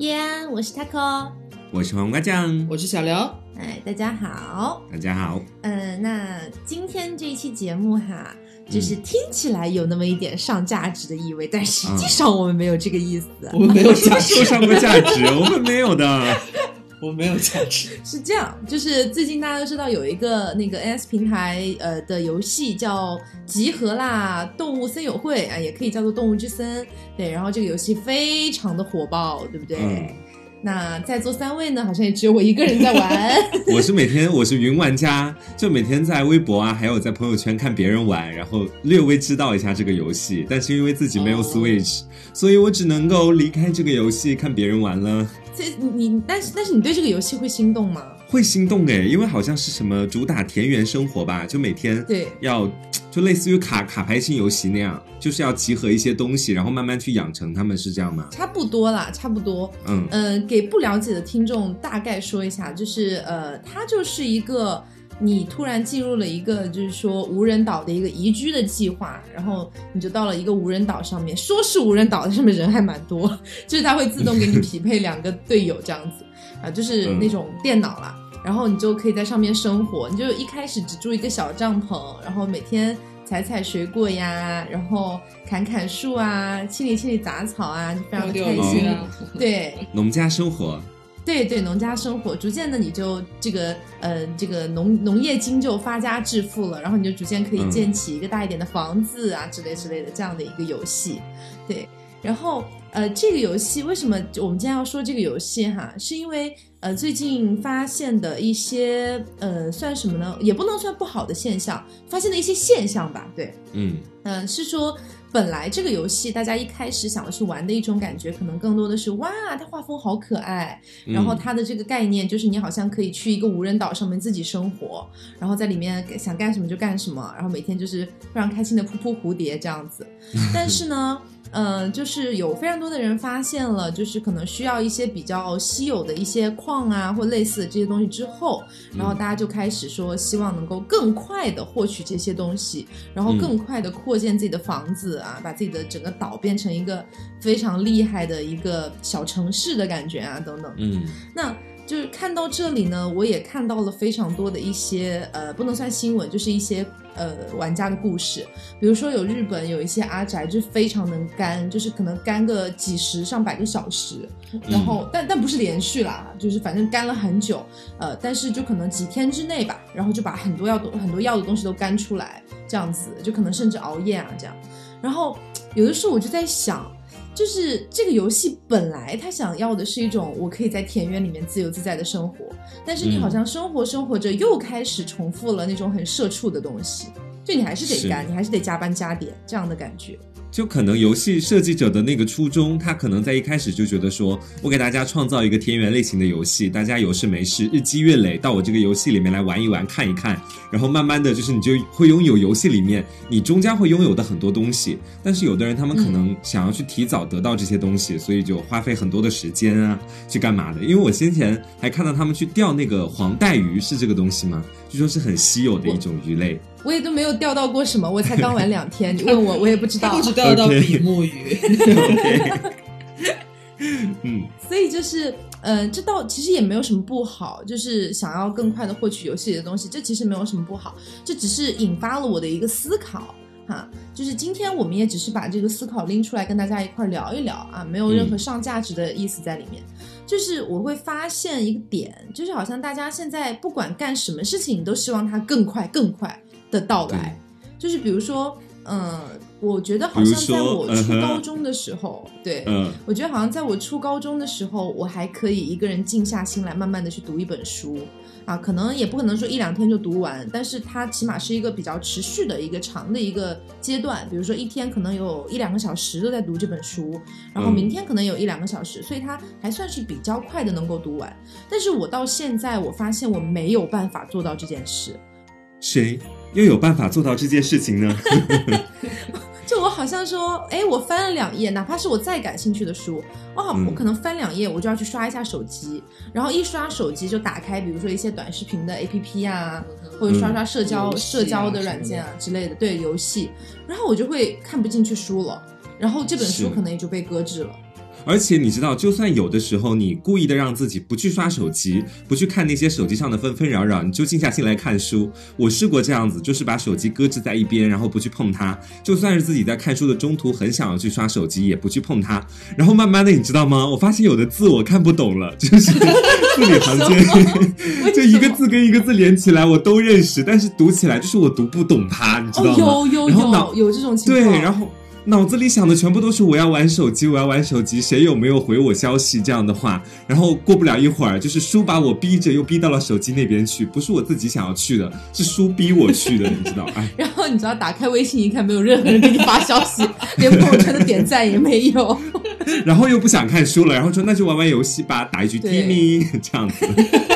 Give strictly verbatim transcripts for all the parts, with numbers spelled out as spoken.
耶、yeah, 我是 Taco， 我是黄瓜酱， 我是小刘。 哎，大家好， 大家好。 嗯、呃，那今天这一期节目哈，就是听起来有那么一点上价值的意味，嗯、但实际上我们没有这个意思。 我们没有价值， 说上过价值，我们没有的。 我们没有价值。 是这样，就是最近大家都知道有一个那个 N S 平台呃的游戏叫集合啦动物森友会啊，也可以叫做动物之森。对，然后这个游戏非常的火爆，对不对？嗯，那在座三位呢，好像也只有我一个人在玩。 我是每天我是云玩家，就每天在微博啊，还有在朋友圈看别人玩，然后略微知道一下这个游戏，但是因为自己没有 Switch，、哦、所以我只能够离开这个游戏看别人玩了。 你但是但是你对这个游戏会心动吗？ 会心动诶，因为好像是什么主打田园生活吧，就每天对要就类似于卡卡牌型游戏那样，就是要集合一些东西，然后慢慢去养成它们，是这样吗？ 差不多啦，差不多。嗯呃，给不了解的听众大概说一下，就是呃，它就是一个你突然进入了一个就是说无人岛的一个宜居的计划，然后你就到了一个无人岛上面，说是无人岛，上面人还蛮多，就是它会自动给你匹配两个队友这样子啊，就是那种电脑啦。嗯，然后你就可以在上面生活，你就一开始只住一个小帐篷，然后每天采采水果呀，然后砍砍树啊，清理清理杂草啊，就非常的开心。 啊、 对， 农家生活。 对对，农家生活，逐渐的你就这个呃这个农农业经就发家致富了，然后你就逐渐可以建起一个大一点的房子啊、嗯、之类之类的这样的一个游戏。对，然后呃这个游戏为什么我们今天要说这个游戏哈，是因为呃最近发现的一些呃算什么呢，也不能算不好的现象，发现的一些现象吧。对，嗯嗯、呃、是说本来这个游戏大家一开始想要去玩的一种感觉可能更多的是哇它画风好可爱，然后它的这个概念就是你好像可以去一个无人岛上面自己生活，然后在里面想干什么就干什么，然后每天就是非常开心的扑扑蝴蝶这样子。但是呢呃，就是有非常多的人发现了就是可能需要一些比较稀有的一些矿啊或类似的这些东西之后，然后大家就开始说希望能够更快的获取这些东西，然后更快的扩建自己的房子啊，把自己的整个岛变成一个非常厉害的一个小城市的感觉啊等等。嗯，那就是看到这里呢，我也看到了非常多的一些呃，不能算新闻，就是一些呃玩家的故事。比如说有日本有一些阿宅就非常能干，就是可能干个几十上百个小时，然后、嗯、但但不是连续啦，就是反正干了很久，呃，但是就可能几天之内吧，然后就把很多要很多要的东西都干出来，这样子就可能甚至熬夜啊这样。然后有的时候我就在想，就是这个游戏本来他想要的是一种我可以在田园里面自由自在的生活，但是你好像生活生活着又开始重复了那种很社畜的东西，就你还是得干，你还是得加班加点这样的感觉。 就可能游戏设计者的那个初衷，他可能在一开始就觉得说我给大家创造一个田园类型的游戏，大家有事没事日积月累到我这个游戏里面来玩一玩看一看，然后慢慢的就是你就会拥有游戏里面你终将会拥有的很多东西。但是有的人他们可能想要去提早得到这些东西、嗯、所以就花费很多的时间啊去干嘛的。因为我先前还看到他们去钓那个黄带鱼，是这个东西吗？据说是很稀有的一种鱼类。 我也都没有钓到过什么，我才刚玩两天你问我我也不知道， 我只钓到比目鱼。 okay. 嗯，所以就是呃，这倒其实也没有什么不好，就是想要更快的获取游戏里的东西，这其实没有什么不好，这只是引发了我的一个思考哈，就是今天我们也只是把这个思考拎出来跟大家一块聊一聊啊，没有任何上价值的意思在里面、嗯、就是我会发现一个点，就是好像大家现在不管干什么事情都希望它更快更快的到来，就是比如说嗯，我觉得好像在我初高中的时候、uh-huh. 对、uh. 我觉得好像在我初高中的时候我还可以一个人静下心来慢慢的去读一本书啊，可能也不可能说一两天就读完，但是它起码是一个比较持续的一个长的一个阶段，比如说一天可能有一两个小时都在读这本书，然后明天可能有一两个小时、嗯、所以它还算是比较快的能够读完。但是我到现在我发现我没有办法做到这件事。 谁又有办法做到这件事情呢？ 就我好像说哎，我翻了两页，哪怕是我再感兴趣的书，哇、嗯、我可能翻两页我就要去刷一下手机，然后一刷手机就打开比如说一些短视频的 A P P 啊、嗯、或者刷刷社交、嗯、社交的软件啊之类的，对，游戏，然后我就会看不进去书了，然后这本书可能也就被搁置了。 而且你知道，就算有的时候你故意的让自己不去刷手机，不去看那些手机上的纷纷扰扰，你就静下心来看书。我试过这样子，就是把手机搁置在一边，然后不去碰它，就算是自己在看书的中途很想要去刷手机，也不去碰它。然后慢慢的，你知道吗？我发现有的字我看不懂了，就是字里行间就一个字跟一个字连起来我都认识，但是读起来就是我读不懂它，你知道吗？ 哦、有有有有这种情况。 对，然后脑子里想的全部都是我要玩手机，我要玩手机，谁有没有回我消息这样的话，然后过不了一会儿，就是书把我逼着又逼到了手机那边去，不是我自己想要去的，是书逼我去的，你知道？哎， 然后你知道打开微信一看，没有任何人给你发消息，连朋友圈的点赞也没有， 然后又不想看书了，然后说那就玩玩游戏吧，打一局 Timmy 这样子。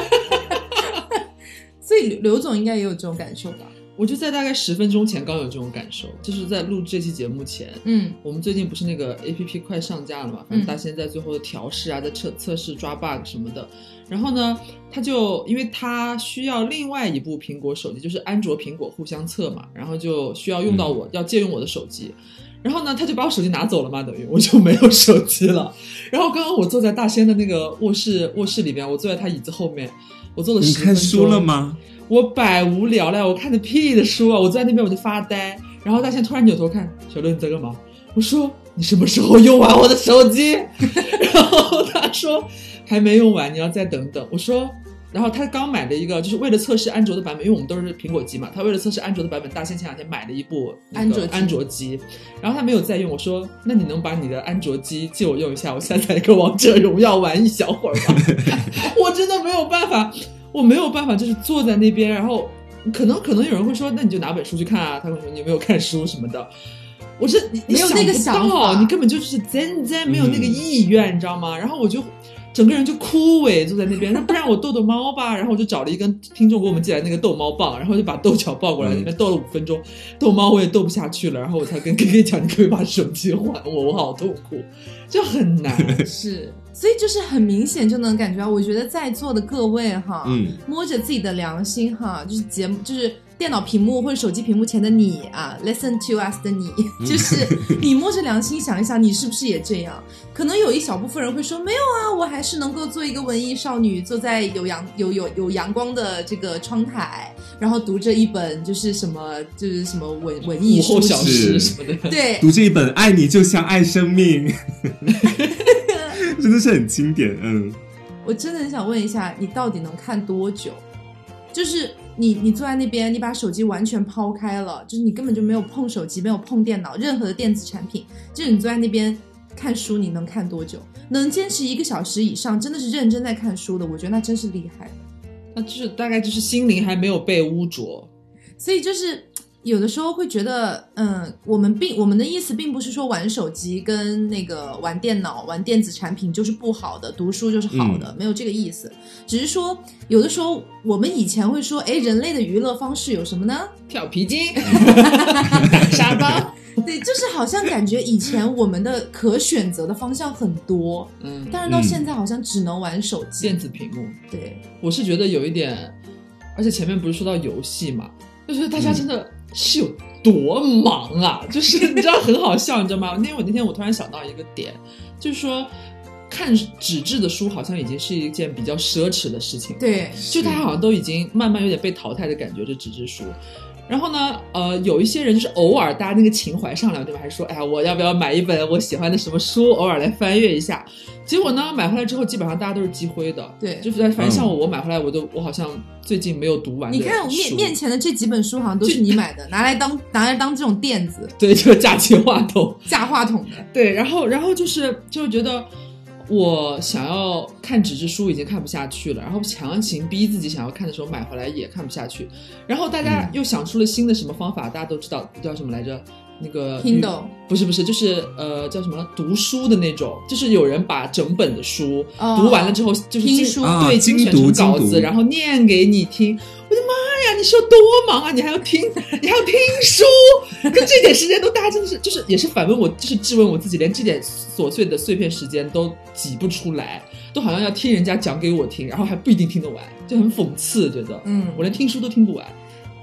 所以刘总应该也有这种感受吧？ 我就在大概十分钟前刚有这种感受，就是在录这期节目前， 嗯， 我们最近不是那个 A P P 快上架了嘛，反正大仙在最后的调试啊，在测测试抓 bug 什么的。然后呢，他就因为他需要另外一部苹果手机，就是安卓苹果互相测嘛，然后就需要用到我、嗯、要借用我的手机。然后呢，他就把我手机拿走了嘛，等于我就没有手机了。然后刚刚我坐在大仙的那个卧室卧室里边，我坐在他椅子后面，我坐了十分钟。 你看书了吗？ 我百无聊赖，我看的屁的书啊！我坐在那边我就发呆，然后大仙突然扭头看，小乐你在干嘛？我说你什么时候用完我的手机？然后他说还没用完，你要再等等。我说，然后他刚买了一个，就是为了测试安卓的版本，因为我们都是苹果机嘛，他为了测试安卓的版本，大仙前两天买了一部安卓安卓机，然后他没有再用。我说那你能把你的安卓机借我用一下，我下载一个王者荣耀玩一小会儿吗？我真的没有办法。我没有办法，就是坐在那边，然后可能可能有人会说，那你就拿本书去看啊。他会说你有没有看书什么的。我是你没有那个想法， 你根本就是真真没有那个意愿、嗯，你知道吗？然后我就整个人就枯萎坐在那边，不然我逗逗猫吧。然后我就找了一根听众给我们寄来那个逗猫棒，然后就把逗巧抱过来，里面逗了五分钟，逗猫我也逗不下去了，然后我才跟 K K 讲，你可不可以把手机还我？我好痛苦，就很难。 是。所以就是很明显就能感觉到，我觉得在座的各位哈， 嗯， 摸着自己的良心哈，就是节目，就是电脑屏幕或者手机屏幕前的你啊 ，listen to us 的你，就是你摸着良心想一想，你是不是也这样？可能有一小部分人会说，没有啊，我还是能够做一个文艺少女，坐在有阳有有有阳光的这个窗台，然后读着一本就是什么就是什么文文艺书午后小诗什么的， 对， 读着一本《爱你就像爱生命》。真的是很经典。嗯， 我真的很想问一下，你到底能看多久？就是你你坐在那边，你把手机完全抛开了，就是你根本就没有碰手机，没有碰电脑，任何的电子产品，就是你坐在那边看书，你能看多久？能坚持一个小时以上，真的是认真在看书的，我觉得那真是厉害。 那就是大概就是心灵还没有被污浊， 所以就是有的时候会觉得，嗯，我们并我们的意思并不是说玩手机跟那个玩电脑、玩电子产品就是不好的，读书就是好的，嗯、没有这个意思。只是说，有的时候我们以前会说，哎，人类的娱乐方式有什么呢？ 跳皮筋、沙包。 对，就是好像感觉以前我们的可选择的方向很多，嗯，但是到现在好像只能玩手机、 电子屏幕。 对， 我是觉得有一点，而且前面不是说到游戏嘛，就觉得大家真的。嗯是有多忙啊，就是你知道很好笑你知道吗？因为我那天我突然想到一个点，就是说看纸质的书好像已经是一件比较奢侈的事情， 对， 就它好像都已经慢慢有点被淘汰的感觉，这纸质书。然后呢呃，有一些人就是偶尔大家那个情怀上来对吧，还说哎呀我要不要买一本我喜欢的什么书，偶尔来翻阅一下。结果呢买回来之后基本上大家都是积灰的， 对， 就是反正像我、嗯、我买回来我都我好像最近没有读完的书。 你看我面面前的这几本书好像都是你买的，拿来当拿来当这种垫子， 对，就是架起话筒架话筒的， 对，然后然后就是就觉得我想要看纸质书已经看不下去了，然后强行逼自己想要看的时候买回来也看不下去，然后大家又想出了新的什么方法、嗯、大家都知道叫什么来着，那个 Kindle 不是不是就是呃叫什么读书的那种，就是有人把整本的书、哦、读完了之后就是听书、 啊、对精选成稿子然后念给你听。我的妈呀，你是有多忙啊，你还要听你还要听书，就这点时间都大家真的是就是也是反问我，就是质问我自己，连这点琐碎的碎片时间都挤不出来，都好像要听人家讲给我听，然后还不一定听得完，就很讽刺，觉得嗯，我连听书都听不完。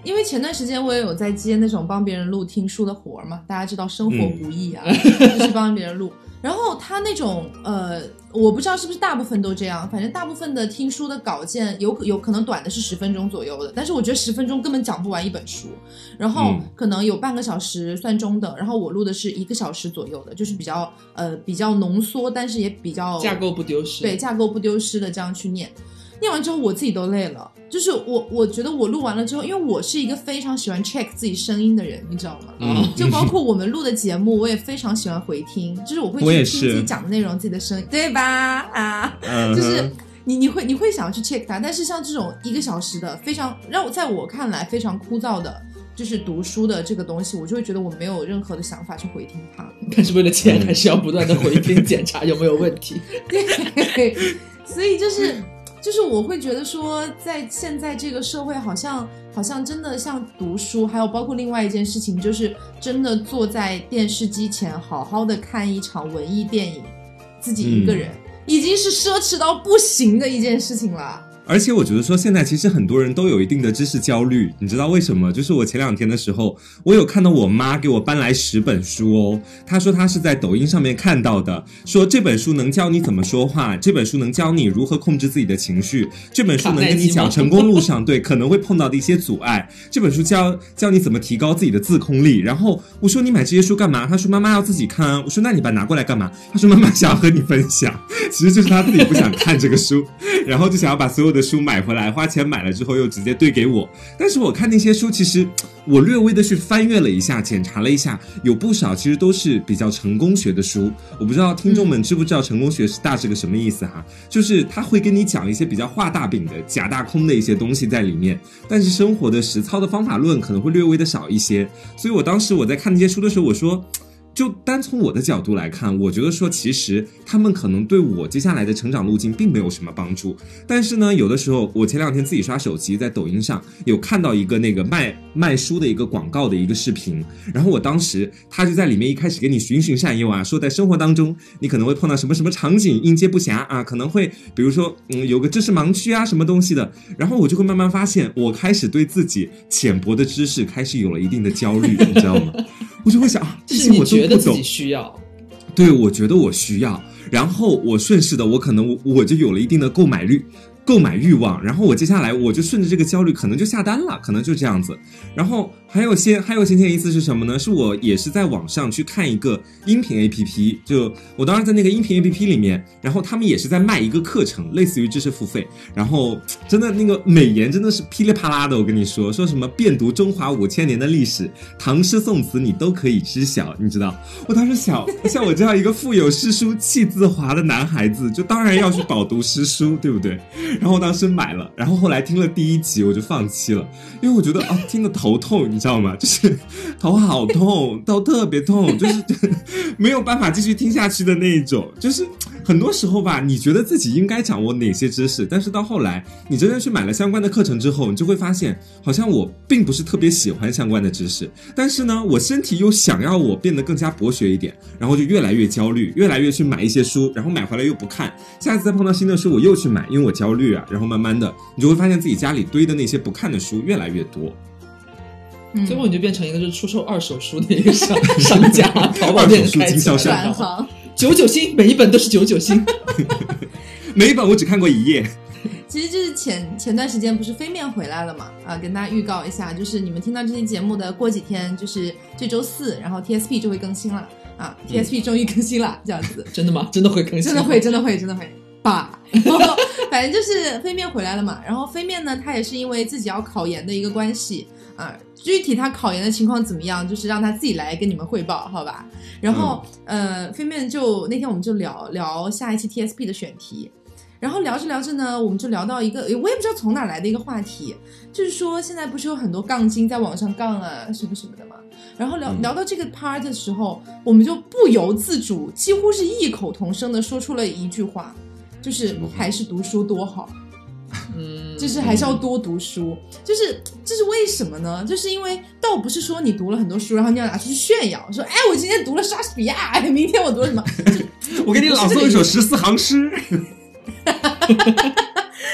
因为前段时间我也有在接那种帮别人录听书的活嘛，大家知道生活不易啊，嗯、就是帮别人录。然后他那种呃，我不知道是不是大部分都这样，反正大部分的听书的稿件有有可能短的是十分钟左右的，但是我觉得十分钟根本讲不完一本书。然后可能有半个小时算中的，然后我录的是一个小时左右的，就是比较呃比较浓缩，但是也比较架构不丢失， 对，架构不丢失的这样去念。念完之后我自己都累了，就是我我觉得我录完了之后，因为我是一个非常喜欢 check 自己声音的人，你知道吗？ 嗯， 就包括我们录的节目，我也非常喜欢回听，就是我会去听自己讲的内容，自己的声音，对吧？啊，嗯、就是你你会你会想要去 check 它，但是像这种一个小时的非常让我在我看来非常枯燥的。就是读书的这个东西，我就会觉得我没有任何的想法去回听它。 但是为了钱，还是要不断的回听检查有没有问题。 对，所以就是就是我会觉得说，在现在这个社会，好像好像真的像读书，还有包括另外一件事情，就是真的坐在电视机前，好好的看一场文艺电影，自己一个人，嗯、已经是奢侈到不行的一件事情了。 而且我觉得说现在其实很多人都有一定的知识焦虑，你知道为什么？就是我前两天的时候，我有看到我妈给我搬来十本书哦，她说她是在抖音上面看到的，说这本书能教你怎么说话，这本书能教你如何控制自己的情绪，这本书能跟你讲成功路上对可能会碰到的一些阻碍，这本书教教你怎么提高自己的自控力。然后我说你买这些书干嘛？她说妈妈要自己看啊。我说那你把拿过来干嘛？她说妈妈想要和你分享，其实就是她自己不想看这个书，然后就想要把所有的书买回来，花钱买了之后又直接兑给我。但是我看那些书，其实我略微的去翻阅了一下，检查了一下，有不少其实都是比较成功学的书。我不知道听众们知不知道成功学是大致个什么意思哈？就是他会跟你讲一些比较画大饼的假大空的一些东西在里面，但是生活的实操的方法论可能会略微的少一些。所以我当时我在看那些书的时候，我说就单从我的角度来看，我觉得说其实他们可能对我接下来的成长路径并没有什么帮助。但是呢，有的时候我前两天自己刷手机，在抖音上有看到一个那个卖卖书的一个广告的一个视频，然后我当时他就在里面一开始给你循循善诱啊，说在生活当中你可能会碰到什么什么场景应接不暇啊，可能会比如说嗯有个知识盲区啊什么东西的，然后我就会慢慢发现我开始对自己浅薄的知识开始有了一定的焦虑，你知道吗？我就会想啊，这些我都不懂， 是你觉得自己需要， 对，我觉得我需要，然后我顺势的，我可能我就有了一定的购买率。购买欲望，然后我接下来我就顺着这个焦虑可能就下单了，可能就这样子。然后还有些还有些意思是什么呢？是我也是在网上去看一个音频 A P P， 就我当时在那个音频 A P P 里面，然后他们也是在卖一个课程，类似于知识付费，然后真的那个美颜真的是噼里啪啦的，我跟你说说什么遍读中华五千年的历史，唐诗宋词你都可以知晓，你知道我当时想像我这样一个腹有诗书气自华的男孩子，就当然要去饱读诗书，对不对？然后我当时买了，然后后来听了第一集我就放弃了，因为我觉得啊听得头痛，你知道吗？就是头好痛，头特别痛，就是没有办法继续听下去的那一种。就是很多时候吧，你觉得自己应该掌握哪些知识，但是到后来你真正去买了相关的课程之后，你就会发现好像我并不是特别喜欢相关的知识，但是呢我身体又想要我变得更加博学一点，然后就越来越焦虑，越来越去买一些书，然后买回来又不看，下次再碰到新的书我又去买，因为我焦虑啊，然后慢慢的你就会发现自己家里堆的那些不看的书越来越多。 嗯、最后你就变成一个就是出售二手书的一个商商家，淘宝店开起来转行， 九九新，每一本都是九九新， 每一本我只看过一页。 其实就是前前段时间不是飞面回来了嘛，啊，跟大家预告一下，就是你们听到这期节目的过几天，就是这周四，然后 T S P 就会更新了啊 ，T S P 终于更新了，这样子。 真的吗？真的会更新？ 真的会，真的会，真的会。吧，然后反正就是飞面回来了嘛，然后飞面呢，他也是因为自己要考研的一个关系啊，具体他考研的情况怎么样，就是让他自己来跟你们汇报，好吧？然后、嗯、呃，飞面就那天我们就聊聊下一期 T S P 的选题。然后聊着聊着呢，我们就聊到一个，我也不知道从哪来的一个话题，就是说现在不是有很多杠精在网上杠啊什么什么的嘛。然后聊聊到这个 part 的时候，我们就不由自主，几乎是异口同声的说出了一句话，就是还是读书多好。嗯，就是还是要多读书，就是这是为什么呢？就是因为倒不是说你读了很多书，然后你要拿出去炫耀，说哎，我今天读了莎士比亚，哎，明天我读了什么？ 我给你朗诵一首十四行诗。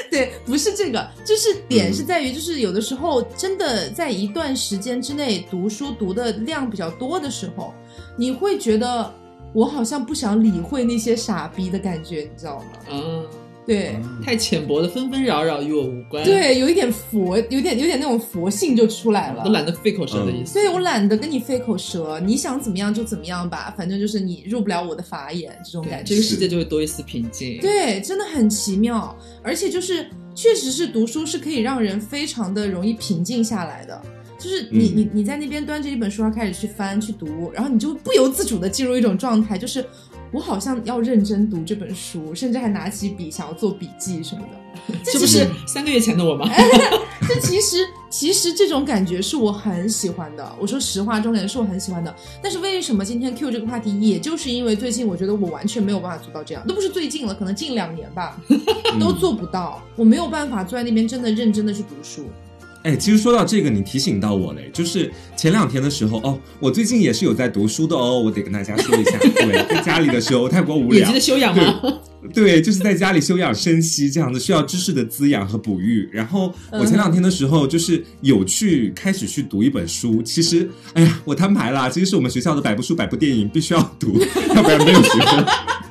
对，不是这个，就是点是在于，就是有的时候真的在一段时间之内读书读的量比较多的时候，你会觉得我好像不想理会那些傻逼的感觉，你知道吗？ 嗯， 对， 太浅薄的纷纷扰扰与我无关。 对，有一点佛，有点有点那种佛性就出来了， 都懒得费口舌的意思。 所以我懒得跟你费口舌，你想怎么样就怎么样吧，反正就是你入不了我的法眼，这种感觉， 这个世界就会多一丝平静。 对，真的很奇妙，而且就是确实是读书是可以让人非常的容易平静下来的。就是你、嗯、你你在那边端着一本书要开始去翻去读，然后你就不由自主的进入一种状态，就是我好像要认真读这本书，甚至还拿起笔想要做笔记什么的。 这不是三个月前的我吗？ 这其实其实这种感觉是我很喜欢的，我说实话，这种感觉是我很喜欢的。但是为什么今天 Q 这个话题，也就是因为最近我觉得我完全没有办法做到这样，都不是最近了，可能近两年吧，都做不到，我没有办法坐在那边真的认真的去读书。 哎，其实说到这个，你提醒到我嘞，就是前两天的时候哦，我最近也是有在读书的哦，我得跟大家说一下，对，在家里的时候太过无聊， 眼睛的修养吗？ 对，对，就是在家里休养生息这样子，需要知识的滋养和哺育。然后我前两天的时候，就是有去开始去读一本书。其实，哎呀，我摊牌啦，其实是我们学校的百部书、百部电影必须要读，要不然没有学分。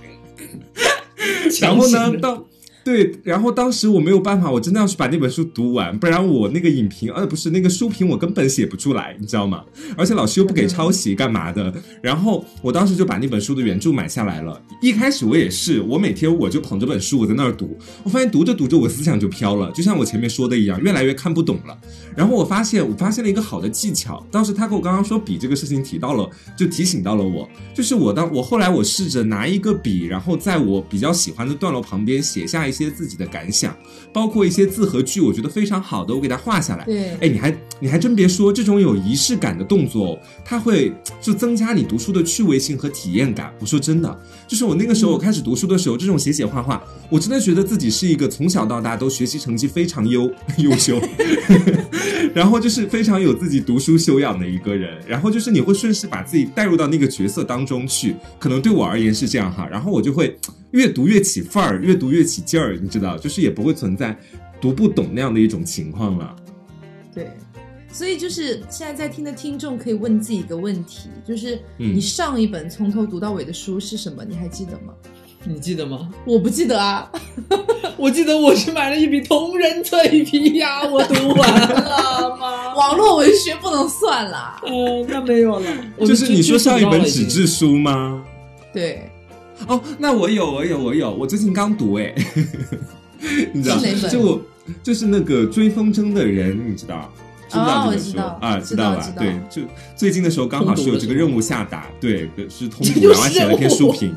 然后呢，到。对，然后当时我没有办法，我真的要去把那本书读完，不然我那个影评，呃，不是那个书评，我根本写不出来，你知道吗？而且老师又不给抄袭，干嘛的？然后我当时就把那本书的原著买下来了。一开始我也是，我每天我就捧着本书，我在那儿读，我发现读着读着，我思想就飘了，就像我前面说的一样，越来越看不懂了。然后我发现，我发现了一个好的技巧。当时他跟我刚刚说笔这个事情提到了，就提醒到了我，就是我当我后来我试着拿一个笔，然后在我比较喜欢的段落旁边写下一些。一些自己的感想，包括一些字和句，我觉得非常好的，我给它画下来。 对， 哎，你还你还真别说，这种有仪式感的动作、哦，它会就增加你读书的趣味性和体验感。我说真的，就是我那个时候我开始读书的时候，嗯、这种写写画画，我真的觉得自己是一个从小到大都学习成绩非常优优秀，然后就是非常有自己读书修养的一个人。然后就是你会顺势把自己带入到那个角色当中去，可能对我而言是这样哈。然后我就会越读越起范儿，越读越起劲儿。你知道，就是也不会存在读不懂那样的一种情况了。 对，所以就是现在在听的听众可以问自己一个问题，就是你上一本从头读到尾的书是什么？你还记得吗？ 你记得吗？ 我不记得啊。 我记得我是买了一笔同人脆皮呀，我读完了吗？ 网络文学不能算啦。 嗯、呃，那没有了。 就是你说上一本纸质书吗？ 对。 哦，那我有，我有，我有，我最近刚读哎，你知道？ 是哪本？ 就我就是那个追风筝的人，你知道？知不知道这本书、 哦、 啊？ 知道吧？对，就最近的时候刚好是有这个任务下达，对，是通读，然后写了一篇书评。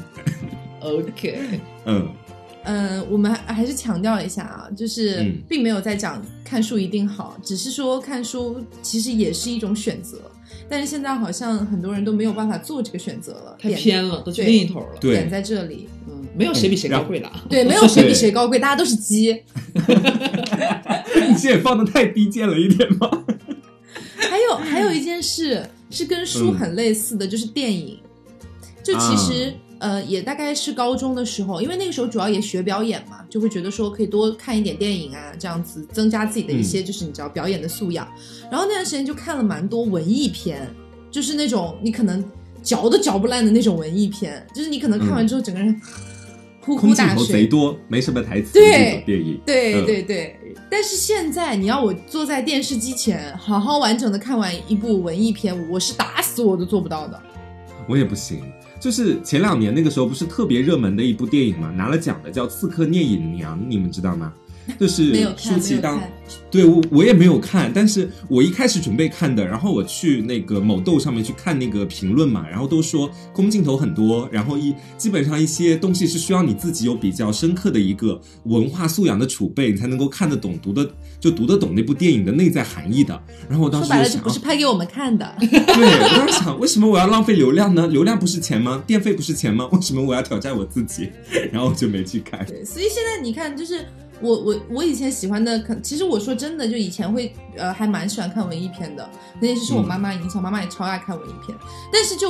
OK， 嗯。 呃，我们还是强调一下啊，就是并没有在讲看书一定好，只是说看书其实也是一种选择。但是现在好像很多人都没有办法做这个选择了， 太偏了，都去另一头了。 对， 点在这里， 嗯，没有谁比谁高贵啦。 对，没有谁比谁高贵，大家都是鸡。 你这也放得太低贱了一点吗？ 还有还有一件事是跟书很类似的，嗯、就是电影。就其实、啊。呃，也大概是高中的时候，因为那个时候主要也学表演嘛，就会觉得说可以多看一点电影啊，这样子增加自己的一些就是你知道表演的素养。嗯、然后那段时间就看了蛮多文艺片，就是那种你可能嚼都嚼不烂的那种文艺片，就是你可能看完之后整个人呼呼大睡。 空镜头贼多，没什么台词。 对， 这种电影。 对对对、嗯。但是现在你要我坐在电视机前好好完整的看完一部文艺片，我是打死我都做不到的。 我也不行。就是前两年那个时候不是特别热门的一部电影嘛，拿了奖的叫《刺客聂隐娘》，你们知道吗？就是舒淇当，对我我也没有看，但是我一开始准备看的，然后我去那个某豆上面去看那个评论嘛，然后都说空镜头很多，然后一基本上一些东西是需要你自己有比较深刻的一个文化素养的储备，你才能够看得懂，读的就读得懂那部电影的内在含义的。然后我当时就想， 说白了就不是拍给我们看的。 对，我当时想，为什么我要浪费流量呢？流量不是钱吗？电费不是钱吗？为什么我要挑战我自己？然后我就没去看。 对，所以现在你看，就是我我我以前喜欢的，可其实我说真的，就以前会呃还蛮喜欢看文艺片的，那些是受我妈妈影响，嗯、妈妈也超爱看文艺片。但是就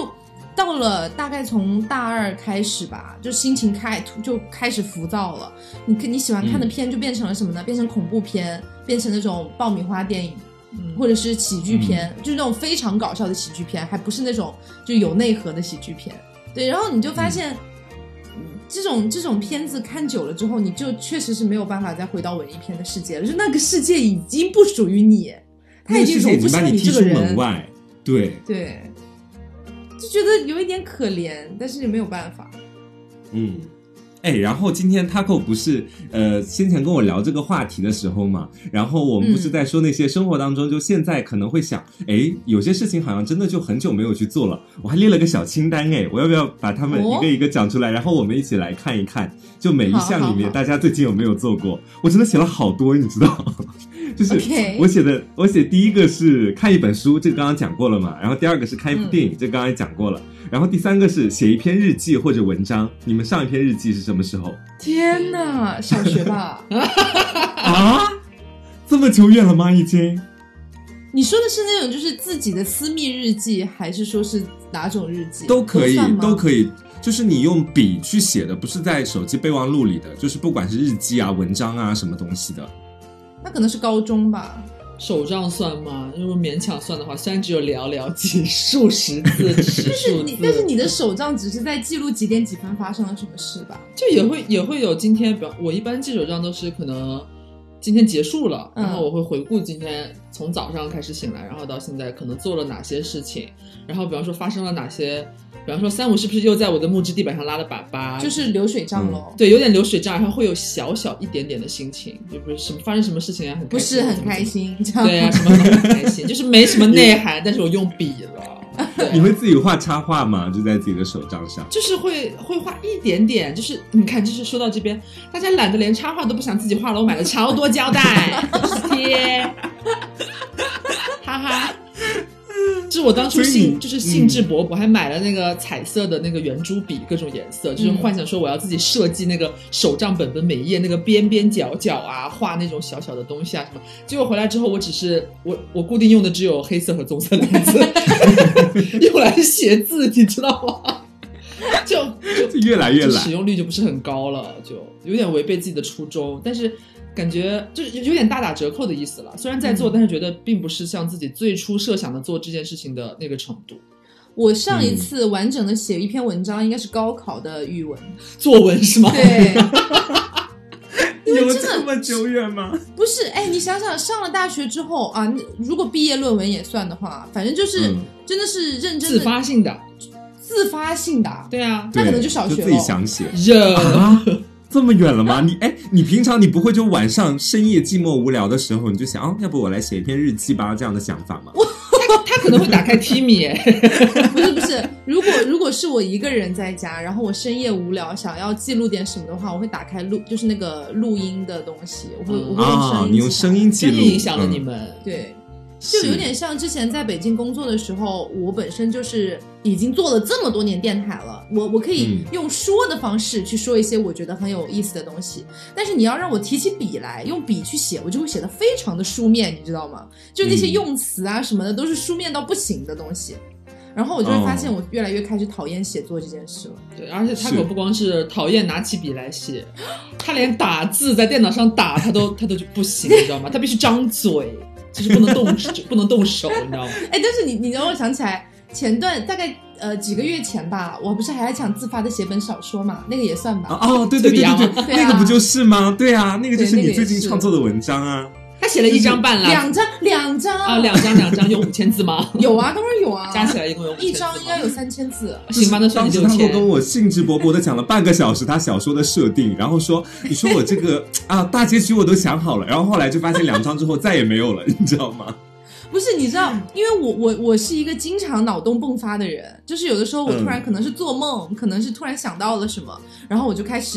到了大概从大二开始吧，就心情开就开始浮躁了。你你喜欢看的片就变成了什么呢？嗯、变成恐怖片，变成那种爆米花电影。嗯、或者是喜剧片、嗯、就是那种非常搞笑的喜剧片，还不是那种就有内核的喜剧片。对，然后你就发现、嗯、这种这种片子看久了之后，你就确实是没有办法再回到文艺片的世界了，就那个世界已经不属于你，它已经容不下你这个人， 那个世界已经把你踢出门外。对对，就觉得有一点可怜，但是也没有办法。 嗯，哎，然后今天 Taco 不是呃先前跟我聊这个话题的时候嘛，然后我们不是在说那些生活当中、嗯、就现在可能会想，哎，有些事情好像真的就很久没有去做了，我还列了个小清单，哎，我要不要把它们一个一个讲出来、哦、然后我们一起来看一看，就每一项里面大家最近有没有做过。我真的写了好多，你知道就是我写的、okay. 我写第一个是看一本书，这个刚刚讲过了嘛，然后第二个是看一部电影、嗯、这个刚刚也讲过了，然后第三个是写一篇日记或者文章。你们上一篇日记是什么时候？ 天哪，小学吧啊，这么久远了吗已经？ 你说的是那种就是自己的私密日记，还是说是哪种日记？ 都可以都可以，就是你用笔去写的，不是在手机备忘录里的，就是不管是日记啊文章啊什么东西的。 那可能是高中吧。 手账算吗？如果勉强算的话，虽然只有寥寥几数十字十数字但是你的手账只是在记录几点几分发生了什么事吧， 就也会也会有今天，比方我一般记手账都是可能今天结束了、嗯、然后我会回顾今天从早上开始醒来，然后到现在可能做了哪些事情，然后比方说发生了哪些，比方说三五是不是又在我的木质地板上拉了粑粑， 就是流水账咯、 嗯、对，有点流水账，然后会有小小一点点的心情，就不是什么发生什么事情啊，很开心， 不是很开心这样， 对啊，什么都很开心就是没什么内涵但是我用笔了。 你会自己画插画吗？就在自己的手账上？ 就是会会画一点点，就是你看，就是说到这边，大家懒得连插画都不想自己画了，我买了超多胶带贴，哈哈。就是我当初兴就是兴致勃勃、嗯、还买了那个彩色的那个圆珠笔，各种颜色，就是幻想说我要自己设计那个手账本本每一页那个边边角角啊，画那种小小的东西啊什么。结果回来之后，我只是我我固定用的只有黑色和棕色的字用来写字，你知道吗？就就越来越懒， 使用率就不是很高了，就有点违背自己的初衷，但是感觉就是有点大打折扣的意思了。虽然在做、嗯、但是觉得并不是像自己最初设想的做这件事情的那个程度。 我上一次完整的写一篇文章应该是高考的语文作文是吗？ 对有这么久远吗？ 不是，哎，你想想上了大学之后啊，如果毕业论文也算的话，反正就是、嗯、真的是认真的自发性的自发性的， 对啊， 那可能就小学了， 就自己想写热、 啊这么远了吗？你哎，你平常你不会就晚上深夜寂寞无聊的时候，你就想哦，要不我来写一篇日记吧，这样的想法吗？ 他, 他可能会打开 Timi 哎， 不是不是，如果如果是我一个人在家，然后我深夜无聊想要记录点什么的话，我会打开录，就是那个录音的东西，我会、嗯、我会用声音、啊， 你用声音记录， 影响了你们、嗯、 对。就有点像之前在北京工作的时候，我本身就是已经做了这么多年电台了，我我可以用说的方式去说一些我觉得很有意思的东西，但是你要让我提起笔来用笔去写，我就会写得非常的书面，你知道吗？就那些用词啊什么的都是书面到不行的东西，然后我就会发现我越来越开始讨厌写作这件事了。 对，而且他可不光是讨厌拿起笔来写，他连打字在电脑上打他都他都就不行，你知道吗？他必须张嘴，就是不能动不能动手，你知道吗？ 哎，但是你你让我想起来，前段大概呃几个月前吧，我不是还想自发的写本小说嘛，那个也算吧。 哦，对对对对对， 对啊、 那个不就是吗？对啊，那个就是你最近创作的文章啊。 他写了一张半了， 两张两张啊，两张两张有五千字吗？ 有啊，当然有啊， 加起来一共有五千字， 一张应该有三千字。 行吧，那算你六千。 当时他跟我兴致勃勃的讲了半个小时他小说的设定，然后说你说我这个啊大结局我都想好了，然后后来就发现两张之后再也没有了，你知道吗？ 不是，你知道，因为我我我是一个经常脑洞迸发的人，就是有的时候我突然可能是做梦、嗯、可能是突然想到了什么，然后我就开始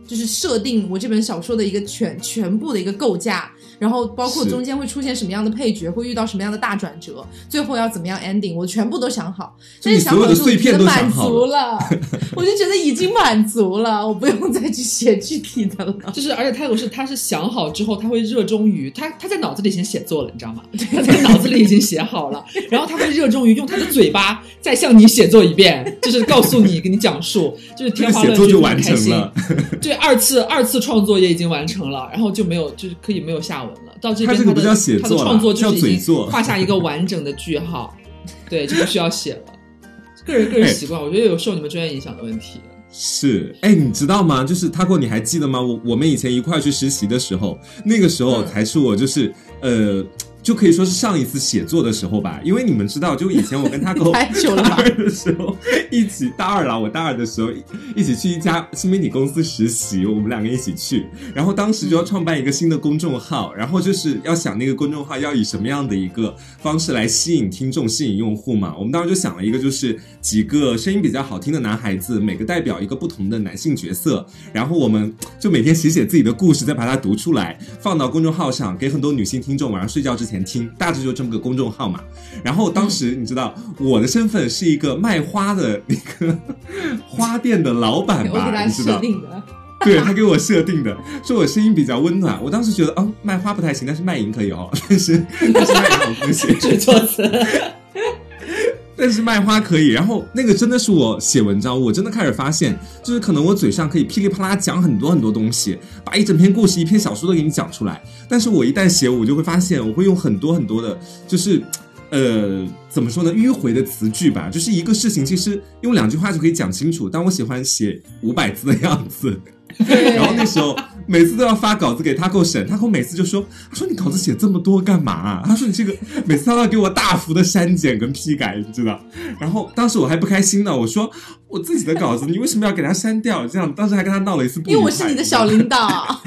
就是设定我这本小说的一个全全部的一个构架，然后包括中间会出现什么样的配角，会遇到什么样的大转折，最后要怎么样 ending， 我全部都想好。但是想好的时候我就觉得满足了，我就觉得已经满足了，我不用再去写具体的了。 就是而且泰罗是他是想好之后，他会热衷于他他在脑子里先写作了，你知道吗？他在脑子里已经写好了，然后他会热衷于用他的嘴巴再向你写作一遍，就是告诉你给你讲述，就是天花乱坠就很开心。对，二次二次创作也已经完成了，然后就没有就是可以没有下文了。到这边他的他不叫写作， 他的创作就是已经画下一个完整的句号，对，就不需要写了。个人个人习惯，我觉得有受你们专业影响的问题。 是，哎，你知道吗？就是他过，你还记得吗？我我们以前一块去实习的时候，那个时候才是我就是、嗯、呃。就可以说是上一次写作的时候吧，因为你们知道，就以前我跟他狗太久了吧， 大二的时候一起，大二啦，我大二的时候一起去一家新媒体公司实习，我们两个一起去，然后当时就要创办一个新的公众号，然后就是要想那个公众号要以什么样的一个方式来吸引听众、吸引用户嘛。我们当时就想了一个，就是几个声音比较好听的男孩子，每个代表一个不同的男性角色，然后我们就每天写写自己的故事，再把它读出来，放到公众号上，给很多女性听众晚上睡觉之前听，大致就这么个公众号嘛。然后当时你知道、嗯、我的身份是一个卖花的那个花店的老板吧， 我给他设定的， 对，他给我设定的，说我声音比较温暖。我当时觉得哦，卖花不太行，但是卖淫可以哦，但是但是卖淫好不行， 是措辞。 但是卖花可以，然后那个真的是我写文章，我真的开始发现，就是可能我嘴上可以噼里啪啦讲很多很多东西，把一整篇故事、一篇小说都给你讲出来。但是我一旦写，我就会发现，我会用很多很多的，就是呃，怎么说呢，迂回的词句吧。就是一个事情，其实用两句话就可以讲清楚，但我喜欢写五百字的样子。然后那时候每次都要发稿子给他给我审，他给我每次就说，他说你稿子写这么多干嘛、啊？他说你这个每次他都要给我大幅的删减跟批改，你知道？然后当时我还不开心呢，我说我自己的稿子你为什么要给他删掉？这样当时还跟他闹了一次不愉快， 因为我是你的小领导。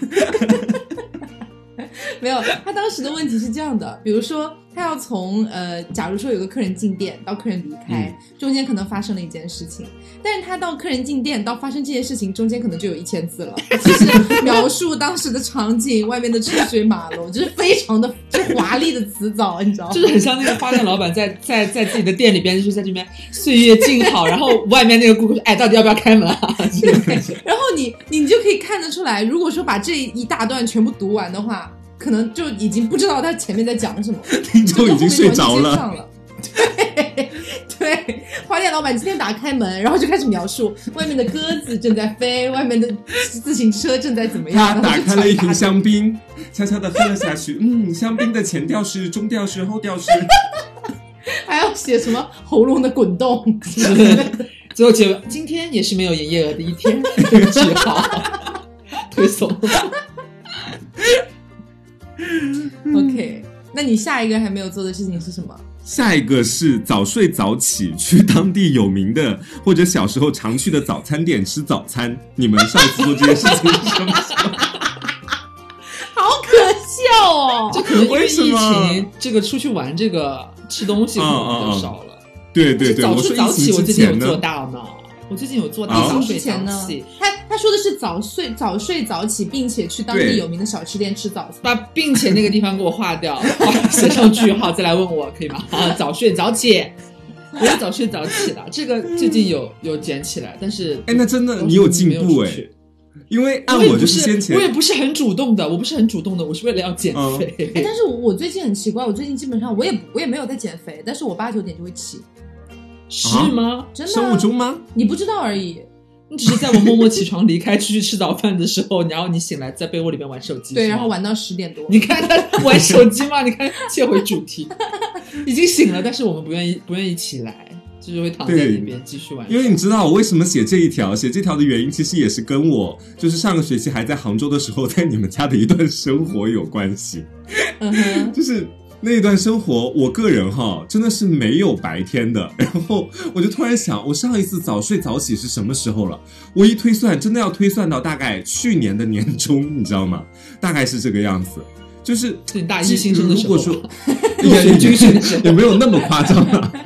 没有，他当时的问题是这样的，比如说他要从呃，假如说有个客人进店到客人离开、嗯、中间可能发生了一件事情，但是他到客人进店到发生这件事情中间可能就有一千字了，就是描述当时的场景，外面的车水马龙，就是非常的就华丽的词藻，你知道吗？ 就是很像那个花店老板在在在自己的店里边，就是在这边岁月静好，然后外面那个顾客说，哎，到底要不要开门啊？ 对，然后你你就可以看得出来，如果说把这一大段全部读完的话，可能就已经不知道他前面在讲什么， 听众已经睡着了。对对，花店老板今天打开门，然后就开始描述外面的鸽子正在飞，外面的自行车正在怎么样。 他打开了一瓶香槟，悄悄地喝了下去。嗯，香槟的前调是，中调是，后调是。 还要写什么喉咙的滚动？ 最后结尾，今天也是没有营业额的一天。句号，推送。 OK， 那你下一个还没有做的事情是什么？ 下一个是早睡早起，去当地有名的或者小时候常去的早餐店吃早餐。你们上一次做这件事情是什么时候？ 好可笑哦！ 就可能因为疫情，这个出去玩，这个吃东西可能比较少了。 嗯嗯嗯、对对对， 早睡早起，我最近有做到呢。我最近有做到早睡早起。 他他说的是早睡早睡早起，并且去当地有名的小吃店吃早餐。 把并且那个地方给我划掉，写上句号，再来问我可以吗？啊，早睡早起，我有早睡早起的，这个最近有有捡起来，但是哎，那真的你有进步哎。因为按我就是先前我也不是很主动的，我不是很主动的，我是为了要减肥。 嗯哎、但是我最近很奇怪，我最近基本上我也我也没有在减肥，但是我八九点就会起。 是吗？ 真的、啊？ 生物钟吗？ 你不知道而已。 你只是在我默默起床离开出去吃早饭的时候，然后你醒来在被窝里面玩手机。 对，然后玩到十点多。 你看他玩手机吗？你看切回主题，已经醒了，但是我们不愿意不愿意起来。就是会躺在那边继续玩。 因为你知道我为什么写这一条，写这条的原因其实也是跟我就是上个学期还在杭州的时候在你们家的一段生活有关系。 嗯哼， 就是那一段生活我个人哈真的是没有白天的，然后我就突然想我上一次早睡早起是什么时候了，我一推算真的要推算到大概去年的年中，你知道吗？大概是这个样子。就是你大一新生的时候， 如果说也也也没有那么夸张了。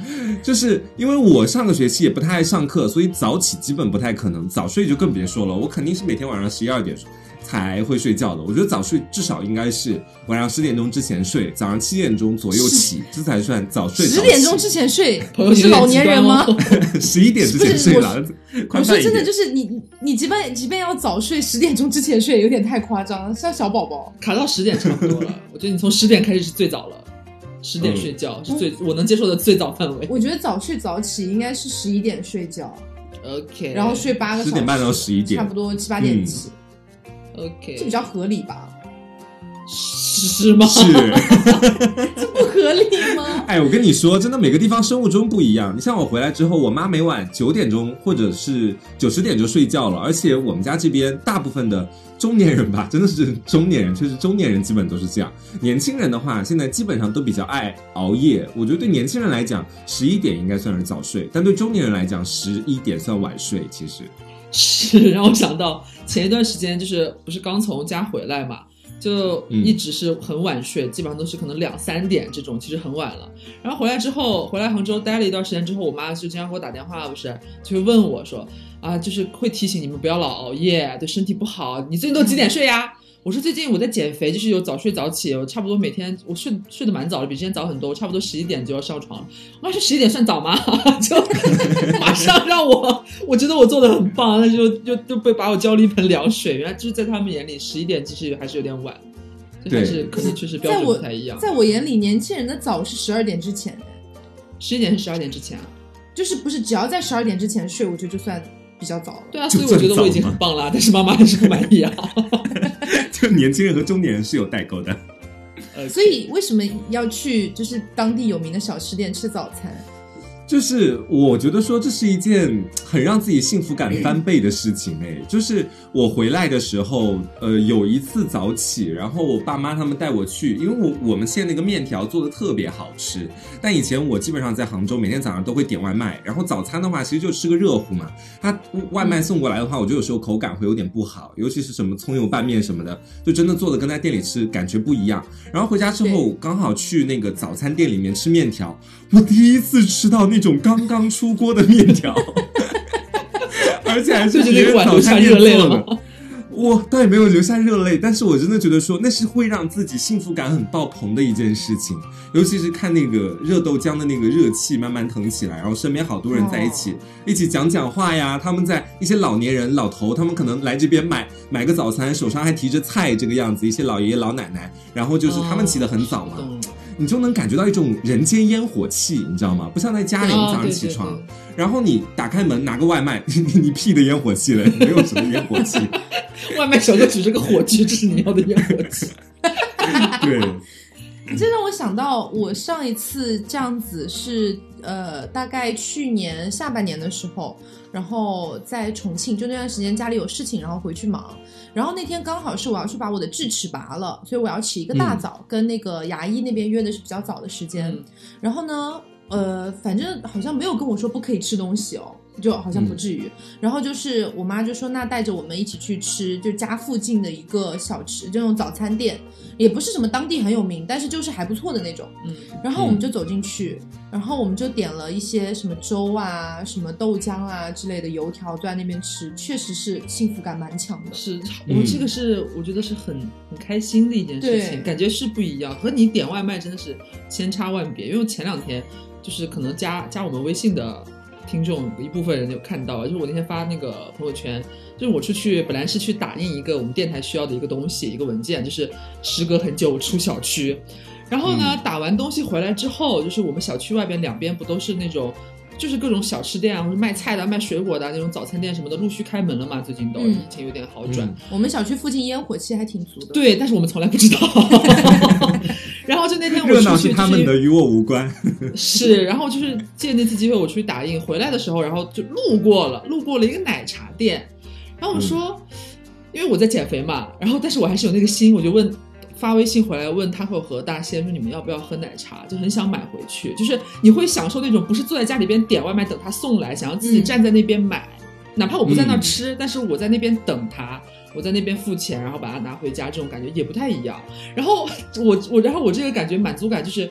就是因为我上个学期也不太爱上课，所以早起基本不太可能，早睡就更别说了。我肯定是每天晚上十一二点才会睡觉的。我觉得早睡至少应该是晚上十点钟之前睡，早上七点钟左右起，这才算早睡早起。 十点钟之前睡，你是老年人吗？ 十一点之前睡了， 我说真的，就是你你即便即便要早睡，十点钟之前睡有点太夸张了，像小宝宝。 卡到十点差不多了，我觉得你从十点开始是最早了。十点睡觉、嗯、是最我能接受的最早范围。 我觉得早睡早起应该是十一点睡觉 ，OK， 然后睡八个小时， 十点半到十一点， 差不多七八点起、 嗯、，OK， 这比较合理吧？ 是吗？ 是， 这不合理吗？ 哎，我跟你说，真的每个地方生物钟不一样。你像我回来之后，我妈每晚九点钟或者是九十点就睡觉了，而且我们家这边大部分的中年人吧，真的是中年人，确实中年人基本都是这样。年轻人的话，现在基本上都比较爱熬夜。我觉得对年轻人来讲，十一点应该算是早睡，但对中年人来讲，十一点算晚睡。其实是让我想到前一段时间，就是不是刚从家回来嘛。就一直是很晚睡、嗯、基本上都是可能两三点这种，其实很晚了。然后回来之后，回来杭州待了一段时间之后，我妈就经常给我打电话，不是就会问我说啊，就是会提醒你们不要老熬夜，对身体不好。你最近都几点睡呀、啊？我说最近我在减肥，就是有早睡早起，我差不多每天我睡睡得蛮早的，比之前早很多，我差不多十一点就要上床了。我妈说十一点算早吗？就马上让我，我觉得我做得很棒，那就就就被把我浇了一盆凉水。原来就是在他们眼里，十一点其实还是有点晚，就还是可能确实标准不太一样。 在我, 在我眼里，年轻人的早是十二点之前， 十一点是十二点之前啊， 就是不是只要在十二点之前睡，我觉得就算比较早了。 对啊，所以我觉得我已经很棒了，但是妈妈还是不满意啊。 就年轻人和中年人是有代沟的。 所以为什么要去就是当地有名的小吃店吃早餐？ 就是我觉得说这是一件很让自己幸福感翻倍的事情哎，就是我回来的时候，呃，有一次早起，然后我爸妈他们带我去，因为我我们县那个面条做的特别好吃，但以前我基本上在杭州每天早上都会点外卖，然后早餐的话其实就吃个热乎嘛，它外卖送过来的话，我觉得有时候口感会有点不好，尤其是什么葱油拌面什么的，就真的做的跟在店里吃感觉不一样。然后回家之后刚好去那个早餐店里面吃面条，我第一次吃到那种刚刚出锅的面条而且还是别人早餐店做的，我倒也没有流下热泪，但是我真的觉得说那是会让自己幸福感很爆棚的一件事情，尤其是看那个热豆浆的那个热气慢慢腾起来，然后身边好多人在一起、哦、一起讲讲话呀，他们在一些老年人老头，他们可能来这边买买个早餐，手上还提着菜这个样子，一些老爷爷老奶奶，然后就是他们起得很早嘛、哦，你就能感觉到一种人间烟火气，你知道吗？不像在家里，你早上起床、哦、对对对，然后你打开门拿个外卖，你, 你屁的烟火气了，没有什么烟火气。 外卖小哥举着个火炬，这是你要的烟火气。 对， 这让我想到我上一次这样子是呃，大概去年下半年的时候，然后在重庆，就那段时间家里有事情，然后回去忙，然后那天刚好是我要去把我的智齿拔了，所以我要起一个大早、嗯、跟那个牙医那边约的是比较早的时间、嗯、然后呢呃，反正好像没有跟我说不可以吃东西哦，就好像不至于、嗯、然后就是我妈就说那带着我们一起去吃就家附近的一个小吃，这种早餐店，也不是什么当地很有名，但是就是还不错的那种。嗯，然后我们就走进去、嗯、然后我们就点了一些什么粥啊什么豆浆啊之类的油条，都在那边吃，确实是幸福感蛮强的。 是我们这个是、嗯、我觉得是很很开心的一件事情，感觉是不一样，和你点外卖真的是千差万别。因为前两天就是可能加加我们微信的听众一部分人有看到，就是我那天发那个朋友圈，就是我出去本来是去打印一个我们电台需要的一个东西，一个文件，就是时隔很久出小区，然后呢、嗯、打完东西回来之后，就是我们小区外边两边不都是那种就是各种小吃店啊，或者卖菜的卖水果的那种早餐店什么的陆续开门了嘛，最近都、嗯、已经有点好转、嗯、 我们小区附近烟火气还挺足的。 对，但是我们从来不知道然后就那天我出去、就是、 热闹是他们的，与我无关是，然后就是借那次机会我出去打印回来的时候，然后就路过了路过了一个奶茶店，然后我说、嗯、因为我在减肥嘛，然后但是我还是有那个心，我就问发微信回来问他会和大仙说你们要不要喝奶茶，就很想买回去，就是你会享受那种不是坐在家里边点外卖等他送来，想要自己站在那边买、嗯、哪怕我不在那吃、嗯、但是我在那边等他，我在那边付钱然后把它拿回家，这种感觉也不太一样。然后我我然后我这个感觉满足感就是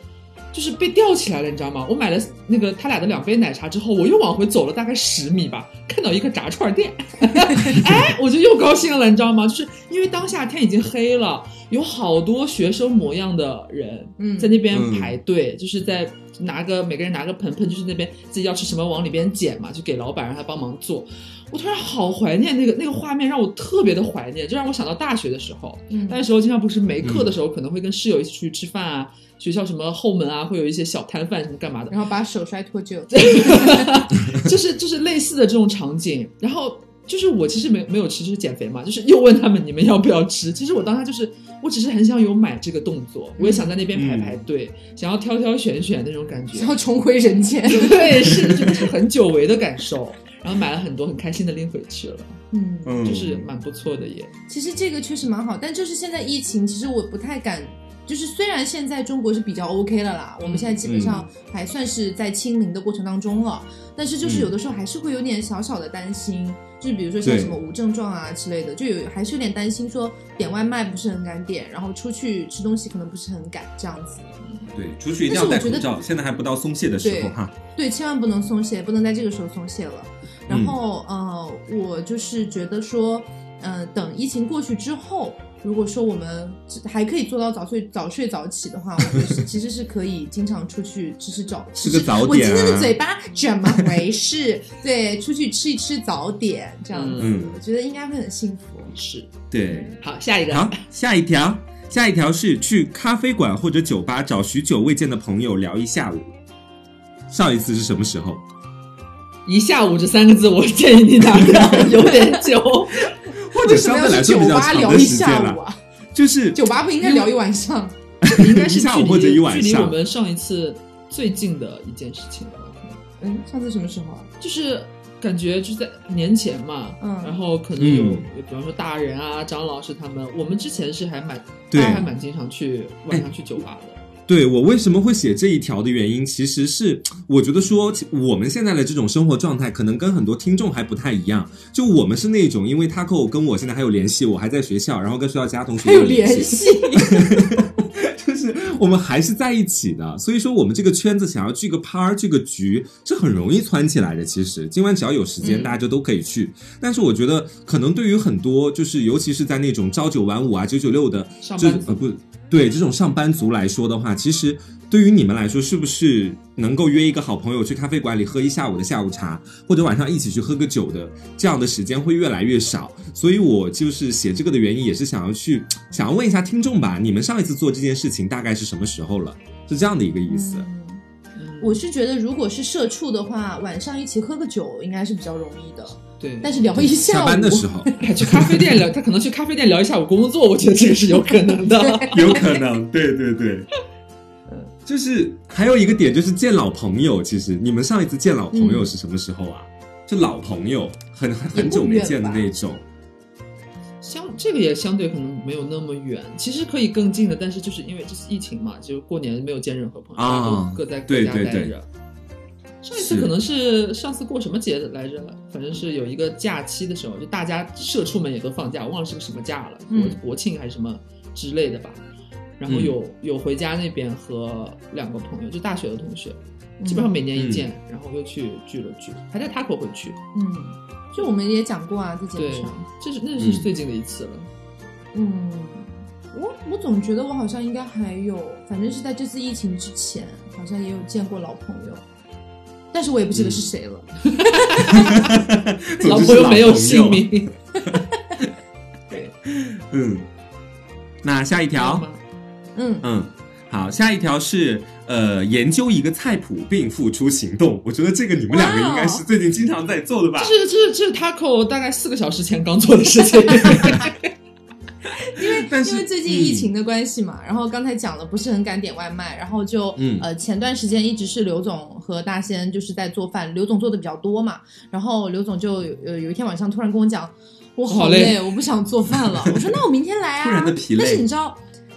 就是被吊起来了，你知道吗？我买了那个他俩的两杯奶茶之后，我又往回走了大概十米吧，看到一个炸串店，哎，我就又高兴了，你知道吗？就是因为当下天已经黑了，有好多学生模样的人在那边排队，嗯、就是在拿个每个人拿个盆盆，就是那边自己要吃什么往里边捡嘛，就给老板让他帮忙做。我突然好怀念那个那个画面，让我特别的怀念，就让我想到大学的时候。嗯，那时候经常不是没课的时候，可能会跟室友一起出去吃饭啊，嗯、学校什么后门啊，会有一些小摊贩什么干嘛的， 然后把手摔脱臼， 就是就是类似的这种场景。然后就是我其实没没有吃，就是减肥嘛，就是又问他们你们要不要吃。其实我当时就是我只是很想有买这个动作，我也想在那边排排队，嗯、想要挑挑选选那种感觉， 想要重回人间。 对，是真的是很久违的感受。然后买了很多，很开心的拎回去了，嗯，就是蛮不错的耶。 其实这个确实蛮好，但就是现在疫情，其实我不太敢。就是虽然现在中国是比较 OK 了啦，我们现在基本上还算是在清零的过程当中了，嗯、但是就是有的时候还是会有点小小的担心，嗯、就是比如说像什么无症状啊之类的，就有还是有点担心说点外卖不是很敢点，然后出去吃东西可能不是很敢这样子。 对，出去一定要戴口罩，现在还不到松懈的时候哈。 对，千万不能松懈，不能在这个时候松懈了。然后、嗯、呃，我就是觉得说，呃，等疫情过去之后，如果说我们还可以做到早睡早睡早起的话，我觉得是其实是可以经常出去吃吃早吃个早点、啊。 我今天的嘴巴怎么回事？对，出去吃一吃早点，这样子，嗯、我觉得应该会很幸福。 是， 对。 好，下一个。 好，下一条。下一条是去咖啡馆或者酒吧找许久未见的朋友聊一下午。上一次是什么时候？ 一下午这三个字，我建议你打个有点久， 或者相对来说比较长的时间了。 啊、 就是酒吧不应该聊一晚上， 应该是一下午或者一晚上， 距离我们上一次最近的一件事情吧。 嗯，上次什么时候啊？ 就是感觉就在年前嘛，嗯，然后可能有，嗯、比方说大人啊、张老师他们，我们之前是还蛮，大家还蛮经常去晚上去酒吧的。 对，我为什么会写这一条的原因，其实是我觉得说我们现在的这种生活状态，可能跟很多听众还不太一样。就我们是那种，因为 Taco 跟我现在还有联系，我还在学校，然后跟学校其他同学还有联系。 就是我们还是在一起的，所以说我们这个圈子想要聚个趴聚个局是很容易窜起来的。其实今晚只要有时间，嗯、大家就都可以去。但是我觉得可能对于很多就是尤其是在那种朝九晚五啊九九六的上班族呃不对这种上班族来说的话，其实对于你们来说，是不是能够约一个好朋友去咖啡馆里喝一下午的下午茶，或者晚上一起去喝个酒的这样的时间会越来越少？所以我就是写这个的原因，也是想要去想要问一下听众吧，你们上一次做这件事情大概是什么时候了？是这样的一个意思。 嗯、我是觉得，如果是社畜的话，晚上一起喝个酒应该是比较容易的。 对， 但是聊一下午下班的时候， 去咖啡店聊，他可能去咖啡店聊一下午工作，我觉得这个是有可能的， 有可能，对对对。就是还有一个点，就是见老朋友。其实你们上一次见老朋友是什么时候啊？嗯、就老朋友，很很久没见的那种。 相这个也相对可能没有那么远，其实可以更近的，但是就是因为这是疫情嘛，就过年没有见任何朋友，啊、大家都各在各家待着。对对对，上一次可能是上次过什么节来着？反正是有一个假期的时候，就大家社畜们也都放假，我忘了是个什么假了，国、嗯、国庆还是什么之类的吧。然后有、嗯、有回家那边和两个朋友，就大学的同学，基本上每年一见，嗯、然后又去聚了聚，还带 Taco 回去。 嗯，就我们也讲过啊，在节目上， 这是那是最近的一次了。 嗯，我我总觉得我好像应该还有，反正是在这次疫情之前，好像也有见过老朋友。但是我也不记得是谁了， 嗯、 老朋友没有姓名。 对，嗯，那下一条。 嗯嗯，好，下一条是呃研究一个菜谱并付出行动。我觉得这个你们两个应该是最近经常在做的吧？ 这是这是这是 Taco 大概四个小时前刚做的事情。 因为因为最近疫情的关系嘛，嗯、然后刚才讲了不是很敢点外卖，然后就、嗯、呃前段时间一直是刘总和大仙就是在做饭，刘总做的比较多嘛，然后刘总就有呃有一天晚上突然跟我讲，我好累，我不想做饭了。我说那我明天来啊。 突然的疲累。 但是你知道。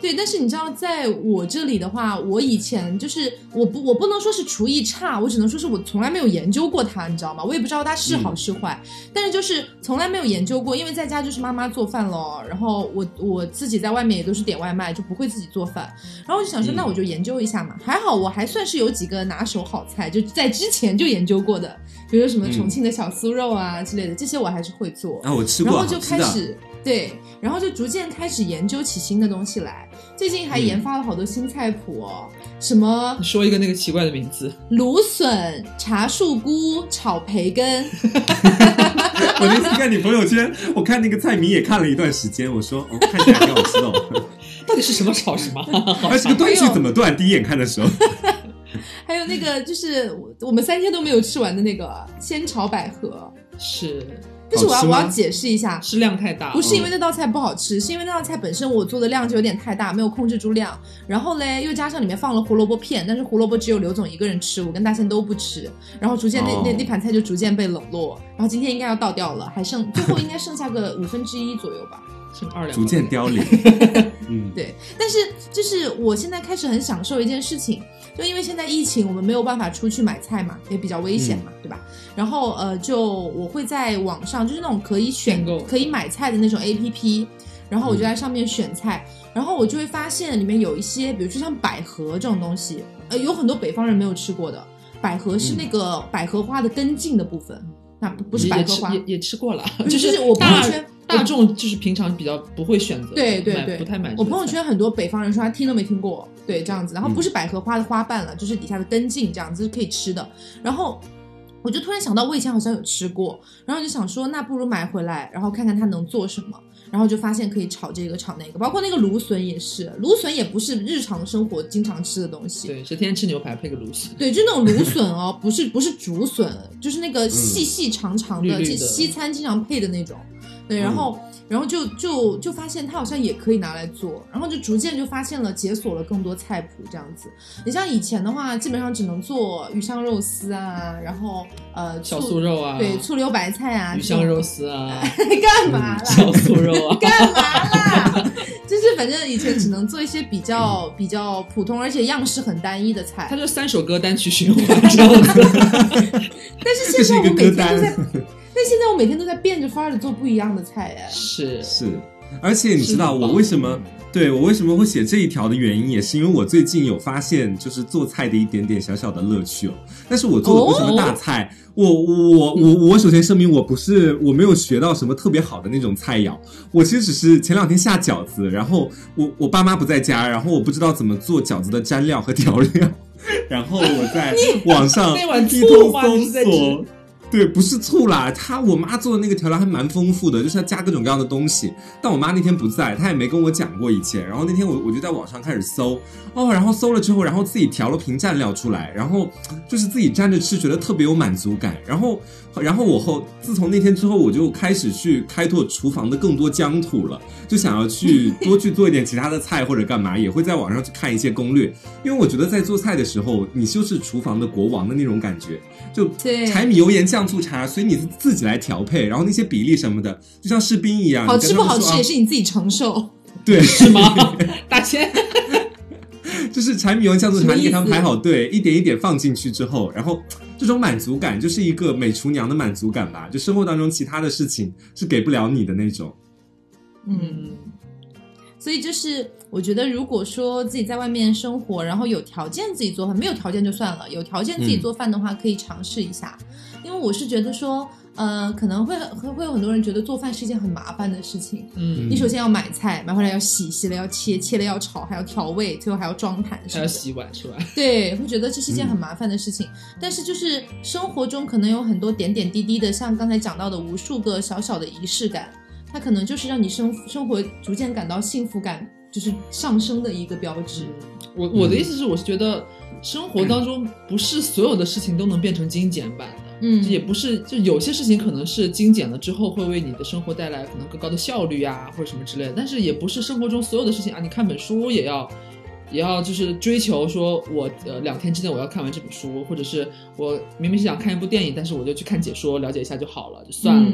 对，但是你知道，在我这里的话，我以前就是我不我不能说是厨艺差，我只能说是我从来没有研究过它，你知道吗？我也不知道它是好是坏，嗯、但是就是从来没有研究过，因为在家就是妈妈做饭咯，然后我我自己在外面也都是点外卖，就不会自己做饭，然后我就想说，嗯、那我就研究一下嘛。还好我还算是有几个拿手好菜，就在之前就研究过的，比如什么重庆的小酥肉啊之类的，嗯、这些我还是会做。 啊，我吃过， 然后就开始。对，然后就逐渐开始研究起新的东西来，最近还研发了好多新菜谱哦，嗯、什么你说一个那个奇怪的名字， 芦笋、茶树菇、炒培根。 我那次看你朋友圈，我看那个菜名也看了一段时间，我说哦，看起来挺好吃的哦。 到底是什么炒什么？ 而且这个断续怎么断？第一眼看的时候。 还有那个就是我们三天都没有吃完的那个鲜炒百合， 是。 但是我要我要解释一下， 是量太大， 不是因为那道菜不好吃，嗯、是因为那道菜本身我做的量就有点太大，没有控制住量。然后嘞，又加上里面放了胡萝卜片，但是胡萝卜只有刘总一个人吃，我跟大仙都不吃。然后逐渐那、哦、那那盘菜就逐渐被冷落。然后今天应该要倒掉了，还剩最后应该剩下个五分之一左右吧。 剩二两， 逐渐凋零。 嗯，对。但是就是我现在开始很享受一件事情，就因为现在疫情，我们没有办法出去买菜嘛，也比较危险嘛，嗯、对吧？然后呃，就我会在网上，就是那种可以选可以买菜的那种 A P P， 然后我就在上面选菜，嗯、然后我就会发现里面有一些，比如说像百合这种东西，呃，有很多北方人没有吃过的。百合是那个百合花的根茎的部分，嗯、那不是百合花， 也 也, 也吃过了， 就是我朋友圈。 大众就是平常比较不会选择， 对对对， 不太买。 我朋友圈很多北方人说他听都没听过，对这样子。然后不是百合花的花瓣了，嗯、就是底下的根茎，这样子是可以吃的。然后我就突然想到，我以前好像有吃过，然后就想说，那不如买回来，然后看看它能做什么。然后就发现可以炒这个炒那个，包括那个芦笋也是，芦笋也不是日常生活经常吃的东西。 对，是天天吃牛排配个芦笋。 对，就那种芦笋哦，不是不是竹笋，就是那个细细长长的，嗯、绿绿的西餐经常配的那种。对，然后、嗯、然后就就就发现它好像也可以拿来做，然后就逐渐就发现了解锁了更多菜谱这样子。你像以前的话，基本上只能做鱼香肉丝啊，然后呃小酥肉啊， 对，醋溜白菜啊， 鱼香肉丝啊， 干嘛啦？ 小酥肉啊， 干嘛啦？就是反正以前只能做一些比较比较普通，而且样式很单一的菜。 它就三首歌单曲循环这样子。 但是现在我每天都在。但现在我每天都在变着法儿的做不一样的菜哎， 是是，而且你知道我为什么对我为什么会写这一条的原因，也是因为我最近有发现，就是做菜的一点点小小的乐趣哦。但是我做的不是什么大菜，哦、我我我我首先声明，我不是我没有学到什么特别好的那种菜肴，我其实只是前两天下饺子，然后我我爸妈不在家，然后我不知道怎么做饺子的蘸料和调料，然后我在网上低头搜索。对，不是醋啦，他我妈做的那个调料还蛮丰富的，就是要加各种各样的东西。但我妈那天不在，她也没跟我讲过以前。然后那天我我就在网上开始搜，哦，然后搜了之后，然后自己调了瓶蘸料出来，然后就是自己蘸着吃，觉得特别有满足感。然后，然后我后自从那天之后，我就开始去开拓厨房的更多疆土了，就想要去多去做一点其他的菜或者干嘛，也会在网上去看一些攻略。因为我觉得在做菜的时候，你就是厨房的国王的那种感觉，就柴米油盐酱醋茶随你自己来调配，然后那些比例什么的就像士兵一样， 好吃不好吃也是你自己承受。 对， 是吗？大千就是柴米油盐酱醋茶，你给他们排好队，一点一点放进去之后，然后这种满足感就是一个美厨娘的满足感吧，就生活当中其他的事情是给不了你的那种。 嗯，所以就是我觉得如果说自己在外面生活，然后有条件自己做饭，没有条件就算了，有条件自己做饭的话可以尝试一下。嗯，因为我是觉得说呃，可能会会有很多人觉得做饭是一件很麻烦的事情。嗯，你首先要买菜，买回来要洗，洗了要切，切了要炒，还要调味，最后还要装盘， 还要洗碗是吧？ 对，会觉得这是一件很麻烦的事情。嗯，但是就是生活中可能有很多点点滴滴的，像刚才讲到的无数个小小的仪式感，它可能就是让你生生活逐渐感到幸福感就是上升的一个标志。 我我的意思是，我是觉得生活当中不是所有的事情都能变成精简版的。嗯，也不是，就有些事情可能是精简了之后会为你的生活带来可能更高的效率啊，或者什么之类的。但是也不是生活中所有的事情啊，你看本书也要也要就是追求说我呃两天之内我要看完这本书，或者是我明明是想看一部电影，但是我就去看解说了解一下就好了，就算了。嗯，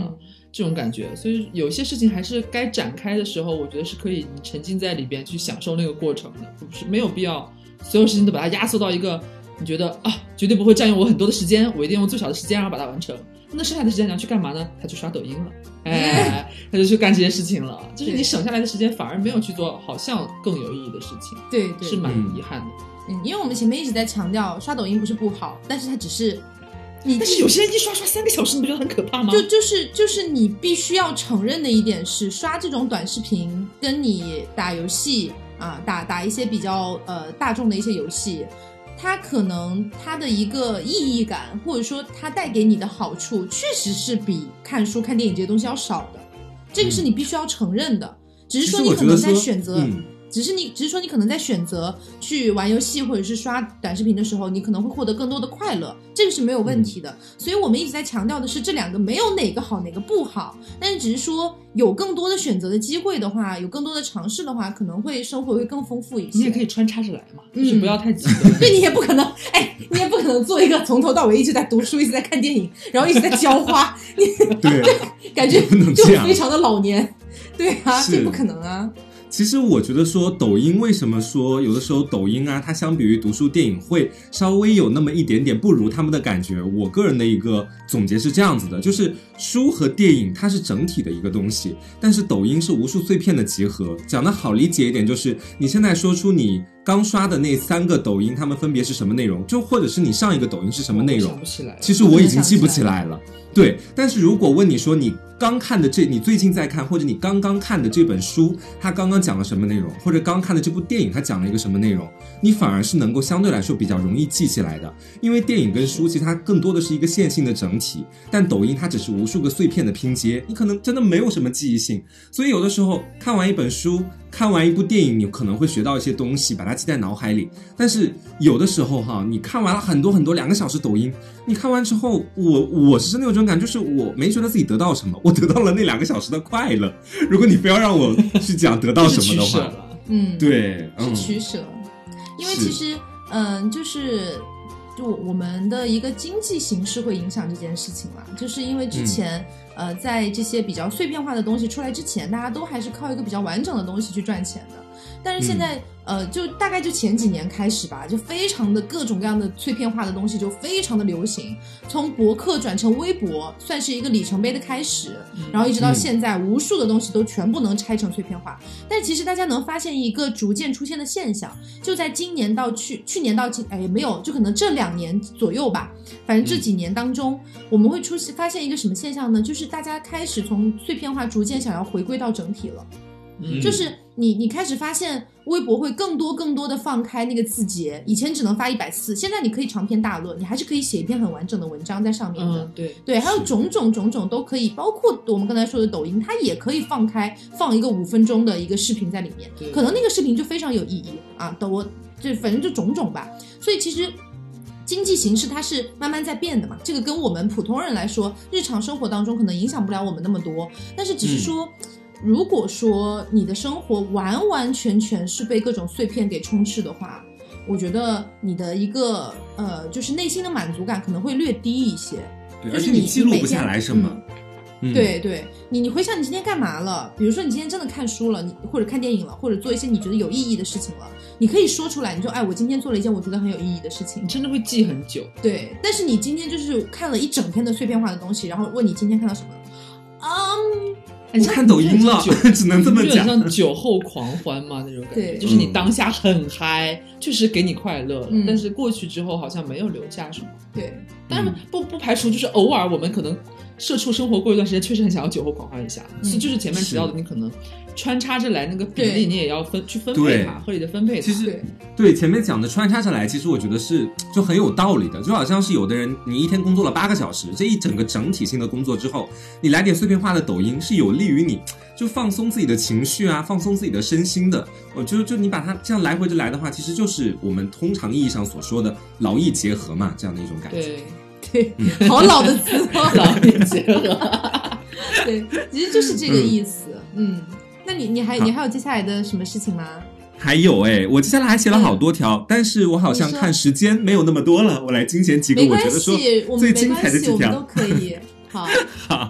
这种感觉。所以有些事情还是该展开的时候，我觉得是可以你沉浸在里边去享受那个过程的，不是没有必要所有事情都把它压缩到一个你觉得啊绝对不会占用我很多的时间，我一定用最少的时间然后把它完成。那剩下的时间你要去干嘛呢？他去刷抖音了，哎，他就去干这些事情了。就是你省下来的时间反而没有去做好像更有意义的事情， 对对， 是蛮遗憾的。 嗯，因为我们前面一直在强调刷抖音不是不好，但是它只是你， 但是有些人一刷刷三个小时，你不觉得很可怕吗？ 就就是就是你必须要承认的一点是，刷这种短视频跟你打游戏啊，打打一些比较呃大众的一些游戏。它可能它的一个意义感，或者说它带给你的好处，确实是比看书、看电影这些东西要少的，这个是你必须要承认的。嗯、只是说你可能在选择，嗯、只是你只是说你可能在选择去玩游戏或者是刷短视频的时候，你可能会获得更多的快乐，这个是没有问题的。嗯、所以我们一直在强调的是，这两个没有哪个好哪个不好，但是只是说有更多的选择的机会的话，有更多的尝试的话，可能会生活会更丰富一些。 你也可以穿插着来嘛，就是不要太极端。 嗯、对，你也不可能，哎，你也不可能做一个从头到尾一直在读书、一直在看电影，然后一直在浇花，你对， 感觉就非常的老年。对啊，这不可能啊。 其实我觉得说抖音为什么说有的时候抖音啊它相比于读书电影会稍微有那么一点点不如他们的感觉，我个人的一个总结是这样子的，就是书和电影它是整体的一个东西，但是抖音是无数碎片的集合。讲的好理解一点，就是你现在说出你刚刷的那三个抖音它们分别是什么内容，就或者是你上一个抖音是什么内容，其实我已经记不起来了。对，但是如果问你说你刚看的这你最近在看或者你刚刚看的这本书它刚刚讲了什么内容，或者刚看的这部电影它讲了一个什么内容，你反而是能够相对来说比较容易记起来的。因为电影跟书其实它更多的是一个线性的整体，但抖音它只是无数个碎片的拼接，你可能真的没有什么记忆性。所以有的时候看完一本书看完一部电影，你可能会学到一些东西把它记在脑海里，但是有的时候哈，你看完了很多很多两个小时抖音，你看完之后我我是真的有种感觉，就是我没觉得自己得到什么，我得到了那两个小时的快乐。如果你非要让我去讲得到什么的话， 嗯， 对， 是取舍。因为其实嗯、呃，就是就我们的一个经济形势会影响这件事情嘛，就是因为之前、嗯、呃，在这些比较碎片化的东西出来之前，大家都还是靠一个比较完整的东西去赚钱的。但是现在、嗯、呃，就大概就前几年开始吧，就非常的各种各样的碎片化的东西就非常的流行，从博客转成微博算是一个里程碑的开始，然后一直到现在、嗯、无数的东西都全部能拆成碎片化。但其实大家能发现一个逐渐出现的现象，就在今年到去去年到今哎没有就可能这两年左右吧，反正这几年当中、嗯、我们会出现发现一个什么现象呢，就是大家开始从碎片化逐渐想要回归到整体了。嗯、就是你你开始发现微博会更多更多的放开那个字节，以前只能发一百字，现在你可以长篇大论，你还是可以写一篇很完整的文章在上面的。 嗯、对对，还有种种种种都可以，包括我们刚才说的抖音，它也可以放开放一个五分钟的一个视频在里面，可能那个视频就非常有意义啊，我就反正就种种吧。所以其实经济形势它是慢慢在变的嘛，这个跟我们普通人来说日常生活当中可能影响不了我们那么多，但是只是说、嗯如果说你的生活完完全全是被各种碎片给充斥的话，我觉得你的一个呃，就是内心的满足感可能会略低一些。 对， 就是、 而且你记录不下来什么。 嗯嗯、对对，你你回想你今天干嘛了？比如说你今天真的看书了，你或者看电影了，或者做一些你觉得有意义的事情了，你可以说出来，你说哎，我今天做了一件我觉得很有意义的事情， 你真的会记很久。 对，但是你今天就是看了一整天的碎片化的东西，然后问你今天看到什么？嗯。 我看抖音了，只能这么讲。 像酒后狂欢嘛那种感觉，就是你当下很嗨，确实给你快乐了、嗯，但是过去之后好像没有留下什么。 对， 但是不不排除就是偶尔我们可能社畜生活过一段时间，确实很想要酒后狂欢一下。嗯，就是前面提到的，你可能穿插着来那个比例，你也要分去分配它，合理的分配它。 其实 对, 对前面讲的穿插着来，其实我觉得是就很有道理的。就好像是有的人，你一天工作了八个小时，这一整个整体性的工作之后，你来点碎片化的抖音，是有利于你就放松自己的情绪啊，放松自己的身心的。我就就你把它这样来回着来的话，其实就是我们通常意义上所说的劳逸结合嘛，这样的一种感觉。 对。对，好老的词哦， 劳逸结合。 对，其实就是这个意思。嗯，嗯那你你还你还有接下来的什么事情吗？ 还有哎、欸，我接下来还写了好多条、嗯，但是我好像看时间没有那么多了，我来精简几个我觉得说最精彩的几条。 我们都可以。好， 好，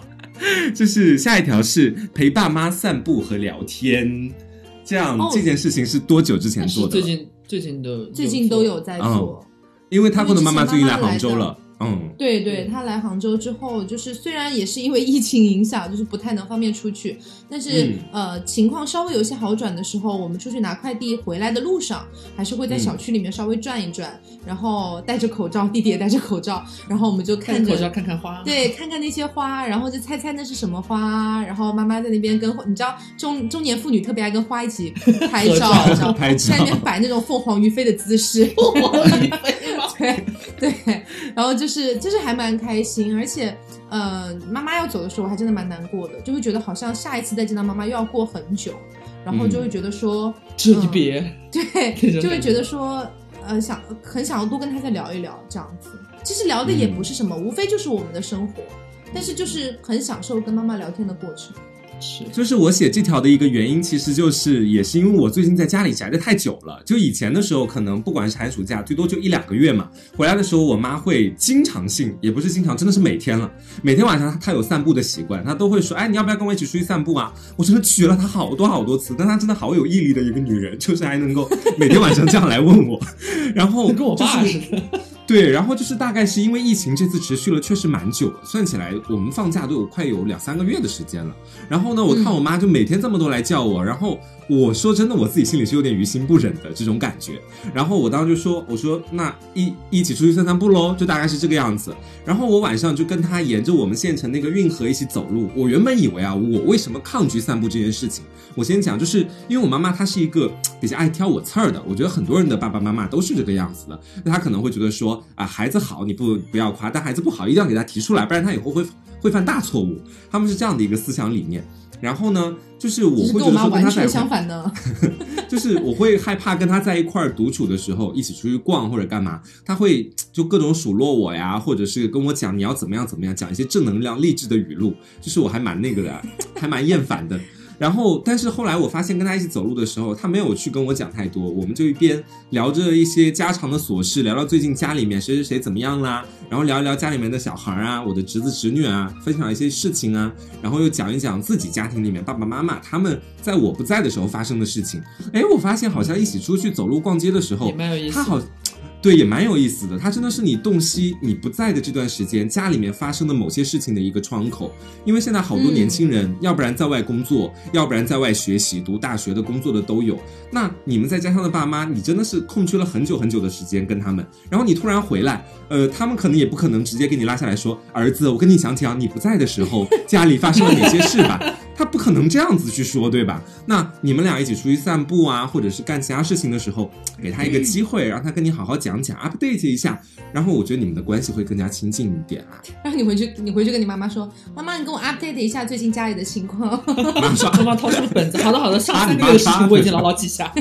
就是下一条是陪爸妈散步和聊天，这样、哦、这件事情是多久之前做的？ 最近最近的最近都有在做、 嗯，因为他的妈妈最近来杭州了。嗯， 对对，他来杭州之后，就是虽然也是因为疫情影响，就是不太能方便出去，但是、嗯、呃，情况稍微有一些好转的时候，我们出去拿快递回来的路上，还是会在小区里面稍微转一转，嗯、然后戴着口罩，弟弟也戴着口罩，然后我们就看着口罩看看花， 对，看看那些花，然后就猜猜那是什么花，然后妈妈在那边跟你知道中中年妇女特别爱跟花一起拍照，你知道拍照在那边摆那种凤凰于飞的姿势， 凤凰于飞吗？ 对对，然后就是就是还蛮开心，而且呃，妈妈要走的时候，我还真的蛮难过的，就会觉得好像下一次再见到妈妈又要过很久，然后就会觉得说这一别、 嗯，对，就会觉得说呃，想很想要多跟她再聊一聊这样子。其实聊的也不是什么，嗯、无非就是我们的生活，但是就是很享受跟妈妈聊天的过程。 是，就是我写这条的一个原因，其实就是也是因为我最近在家里宅得太久了。就以前的时候，可能不管是寒暑假，最多就一两个月嘛。回来的时候，我妈会经常性，也不是经常，真的是每天了。每天晚上她有散步的习惯，她都会说：“哎，你要不要跟我一起出去散步啊？”我真的举了她好多好多次，但她真的好有毅力的一个女人，就是还能够每天晚上这样来问我。然后、就是、 跟我爸似的。 对，然后就是大概是因为疫情这次持续了确实蛮久了，算起来我们放假都有快有两三个月的时间了。然后呢，我看我妈就每天这么多来叫我，然后我说真的，我自己心里是有点于心不忍的这种感觉。然后我当时就说，我说那一一起出去散散步咯，就大概是这个样子。然后我晚上就跟她沿着我们县城那个运河一起走路。我原本以为啊，我为什么抗拒散步这件事情？我先讲，就是因为我妈妈她是一个比较爱挑我刺儿的，我觉得很多人的爸爸妈妈都是这个样子的。那她可能会觉得说啊，孩子好你不不要夸，但孩子不好一定要给他提出来，不然他以后会会犯大错误。他们是这样的一个思想理念。然后呢，就是我会觉得说跟他在一块， 完全相反呢。 就是我会害怕跟他在一块独处的时候，一起出去逛或者干嘛，他会就各种数落我呀，或者是跟我讲你要怎么样怎么样，讲一些正能量励志的语录，就是我还蛮那个的，还蛮厌烦的。然后但是后来我发现跟他一起走路的时候，他没有去跟我讲太多，我们就一边聊着一些家常的琐事，聊聊最近家里面谁谁谁怎么样啦，然后聊一聊家里面的小孩啊，我的侄子侄女啊，分享一些事情啊，然后又讲一讲自己家庭里面爸爸妈妈他们在我不在的时候发生的事情。诶，我发现好像一起出去走路逛街的时候， 也蛮有意思的， 他好对，也蛮有意思的。它真的是你洞悉你不在的这段时间家里面发生的某些事情的一个窗口。因为现在好多年轻人、嗯、要不然在外工作，要不然在外学习，读大学的工作的都有。那你们在家乡的爸妈，你真的是空缺了很久很久的时间跟他们，然后你突然回来，呃，他们可能也不可能直接给你拉下来说，儿子，我跟你讲讲你不在的时候家里发生了哪些事吧。他不可能这样子去说，对吧？那你们俩一起出去散步啊，或者是干其他事情的时候，给他一个机会，让他跟你好好讲讲 update 一下，然后我觉得你们的关系会更加亲近一点啊。 然后你回去你回去跟你妈妈说，妈妈你跟我 update 一下最近家里的情况。 妈说妈妈掏出本子，好的好的，上三个月的事情我已经牢牢记下。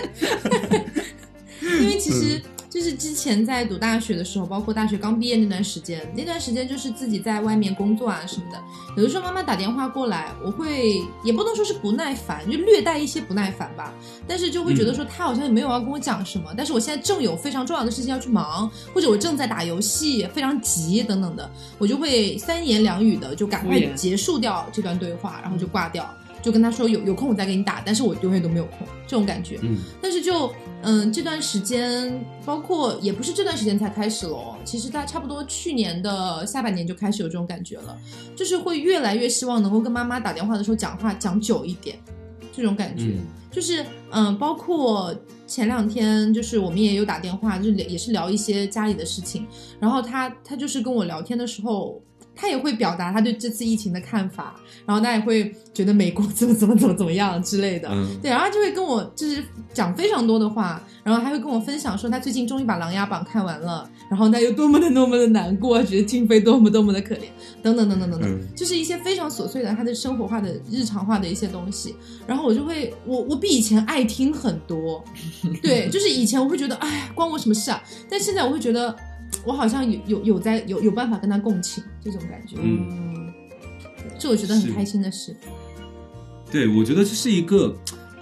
因为其实、嗯就是之前在读大学的时候，包括大学刚毕业那段时间，那段时间就是自己在外面工作啊什么的，有的时候妈妈打电话过来，我会也不能说是不耐烦，就略带一些不耐烦吧，但是就会觉得说她好像也没有要跟我讲什么、嗯、但是我现在正有非常重要的事情要去忙，或者我正在打游戏非常急等等的，我就会三言两语的就赶快结束掉这段对话，然后就挂掉，就跟他说有有空我再给你打，但是我永远都没有空这种感觉。嗯，但是就嗯这段时间，包括也不是这段时间才开始咯，其实在差不多去年的下半年就开始有这种感觉了，就是会越来越希望能够跟妈妈打电话的时候讲话讲久一点，这种感觉。嗯，就是嗯包括前两天就是我们也有打电话，就是也是聊一些家里的事情，然后他他就是跟我聊天的时候，他也会表达他对这次疫情的看法，然后他也会觉得美国怎么怎么怎么怎么样之类的、嗯、对，然后他就会跟我就是讲非常多的话，然后还会跟我分享说他最近终于把《琅琊榜》看完了，然后他有多么的多么的难过，觉得静妃多么多么的可怜等等等等等等、嗯、就是一些非常琐碎的他的生活化的日常化的一些东西，然后我就会我我比以前爱听很多对，就是以前我会觉得哎关我什么事啊，但现在我会觉得我好像有有有在有有办法跟他共情这种感觉，嗯，是我觉得很开心的事。 对，我觉得这是一个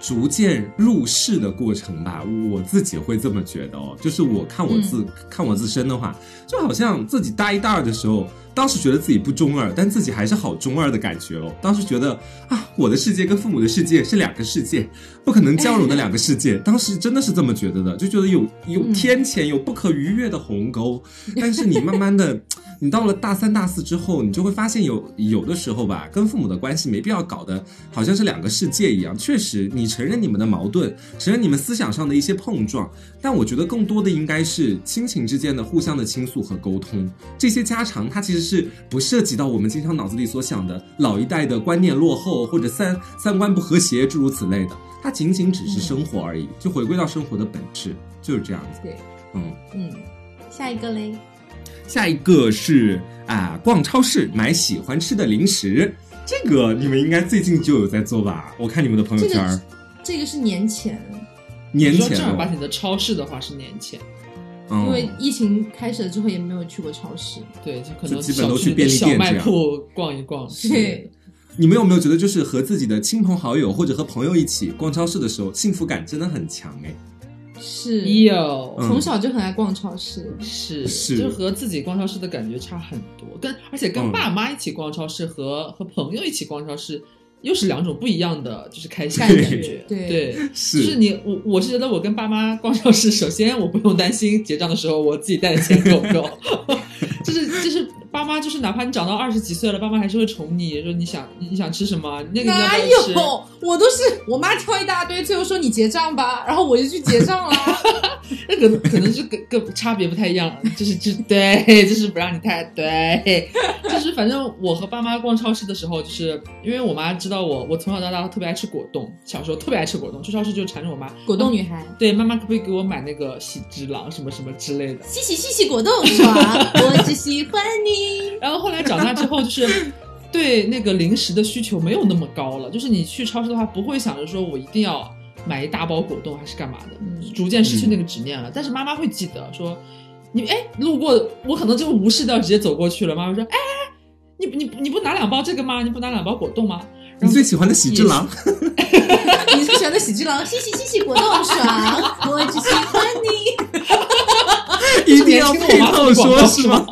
逐渐入世的过程吧，我自己会这么觉得哦。就是我看我自、嗯、看我自身的话，就好像自己大一大二的时候，当时觉得自己不中二，但自己还是好中二的感觉哦。当时觉得啊，我的世界跟父母的世界是两个世界，不可能交融的两个世界。当时真的是这么觉得的，就觉得有有天堑，有不可逾越的鸿沟。但是你慢慢的。你到了大三大四之后，你就会发现有有的时候吧，跟父母的关系没必要搞得好像是两个世界一样。确实你承认你们的矛盾，承认你们思想上的一些碰撞，但我觉得更多的应该是亲情之间的互相的倾诉和沟通。这些家常它其实是不涉及到我们经常脑子里所想的老一代的观念落后或者三三观不和谐诸如此类的，它仅仅只是生活而已，就回归到生活的本质，就是这样子。 对， 嗯嗯，下一个嘞。 下一个是啊，逛超市买喜欢吃的零食，这个你们应该最近就有在做吧？我看你们的朋友圈。 这个, 这个是年前， 年前、哦、 正儿八经的超市的话是年前， 因为疫情开始了之后也没有去过超市。 对，就可能基本都去便利店小卖铺逛一逛。 对。 你们有没有觉得，就是和自己的亲朋好友或者和朋友一起逛超市的时候，幸福感真的很强哎？ 是有， 从小就很爱逛超市， 嗯、是是，就和自己逛超市的感觉差很多，跟而且跟爸妈一起逛超市和、嗯、和朋友一起逛超市又是两种不一样的，就是开心的感觉。 对， 对, 对是， 就是你我我是觉得我跟爸妈逛超市，首先我不用担心结账的时候我自己带的钱够不够，就是就是爸妈就是哪怕你长到二十几岁了，爸妈还是会宠你，说你想你想吃什么，那个你要不要吃？ 哪有？我都是我妈挑一大堆，最后说你结账吧，然后我就去结账了。 那可能可能是个个差别不太一样，就是就对，就是不让你太对，就是反正我和爸妈逛超市的时候，就是因为我妈知道我，我从小到大特别爱吃果冻，小时候特别爱吃果冻，去超市就缠着我妈， 果冻女孩。 对，妈妈可不可以给我买那个喜之郎什么什么之类的？ 西西西西果冻爽，我只喜欢你。 然后后来长大之后，就是对那个零食的需求没有那么高了，就是你去超市的话，不会想着说我一定要买一大包果冻还是干嘛的，嗯、逐渐失去那个执念了。嗯、但是妈妈会记得说，你哎路过我可能就无视掉，直接走过去了。妈妈说，哎，你你你不拿两包这个吗？你不拿两包果冻吗？ 你最喜欢的喜之郎， 你最喜欢的喜之郎，西西西西果冻爽，我只喜欢你，一定要配套说是吗？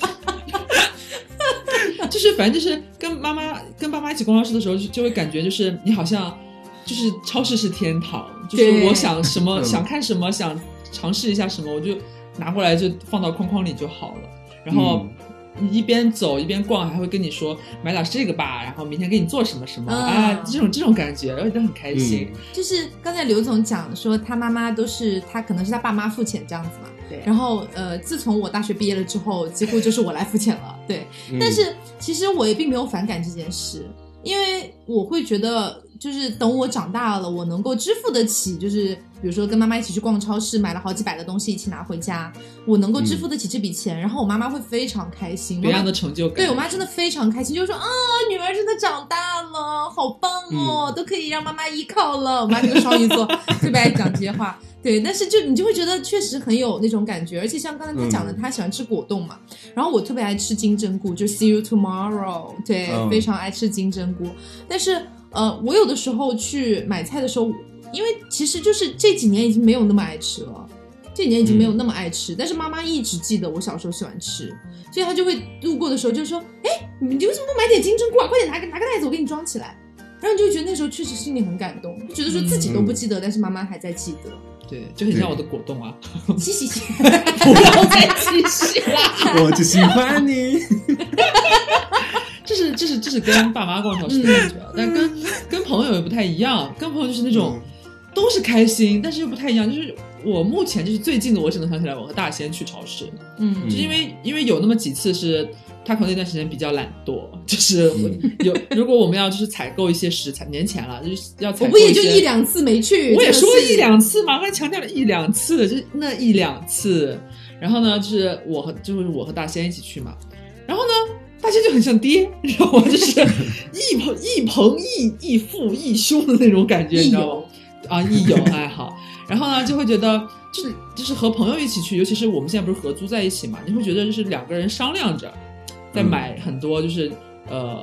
就是反正就是跟妈妈跟爸妈一起逛超市的时候，就就会感觉就是你好像就是超市是天堂，就是我想什么想看什么想尝试一下什么，我就拿过来就放到框框里就好了。然后一边走一边逛，还会跟你说买点这个吧，然后明天给你做什么什么、嗯、啊，这种这种感觉，我觉得很开心。 嗯、就是刚才刘总讲说，他妈妈都是他可能是他爸妈付钱这样子嘛。 对。 然后呃，自从我大学毕业了之后，几乎就是我来付钱了。对。嗯、但是其实我也并没有反感这件事，因为我会觉得，就是等我长大了，我能够支付得起，就是比如说跟妈妈一起去逛超市，买了好几百的东西一起拿回家，我能够支付得起这笔钱，嗯、然后我妈妈会非常开心， 别样的成就感。 对，我妈真的非常开心，就说啊，女儿真的长大了，好棒哦，嗯、都可以让妈妈依靠了。我妈这个双鱼座特别爱讲这些话。对，但是就你就会觉得确实很有那种感觉，而且像刚才他讲的，嗯、他喜欢吃果冻嘛，然后我特别爱吃金针菇，就 See you tomorrow， 对，嗯、非常爱吃金针菇。但是呃，我有的时候去买菜的时候，因为其实就是这几年已经没有那么爱吃了，这几年已经没有那么爱吃，嗯、但是妈妈一直记得我小时候喜欢吃，所以她就会路过的时候就说，哎，你为什么不买点金针菇啊？快点拿个拿个袋子，我给你装起来。然后你就觉得那时候确实心里很感动，就觉得说自己都不记得，嗯、但是妈妈还在记得。 对，就很像我的果冻啊！ 嘻嘻嘻， 不要再继续啦！ 我只喜欢你。 这是这是这是跟爸妈逛超市的感觉，嗯、但跟跟朋友也不太一样。跟朋友就是那种、嗯、都是开心，但是又不太一样。就是我目前就是最近的，我只能想起来我和大仙去超市，嗯，就是因为因为有那么几次是。他可能那段时间比较懒惰，就是有如果我们要就是采购一些食材，年前了就是要采购一些， 我不也就一两次没去， 我也说一两次嘛，我还强调了一两次，就是那一两次。然后呢，就是我和就是我和大仙一起去嘛，然后呢，大仙就很像爹，你知道吗？就是一朋一朋一一父一兄的那种感觉，你知道吗？啊，益友爱好。然后呢，就会觉得就是就是和朋友一起去，尤其是我们现在不是合租在一起嘛，你会觉得就是两个人商量着。在买很多就是、嗯、呃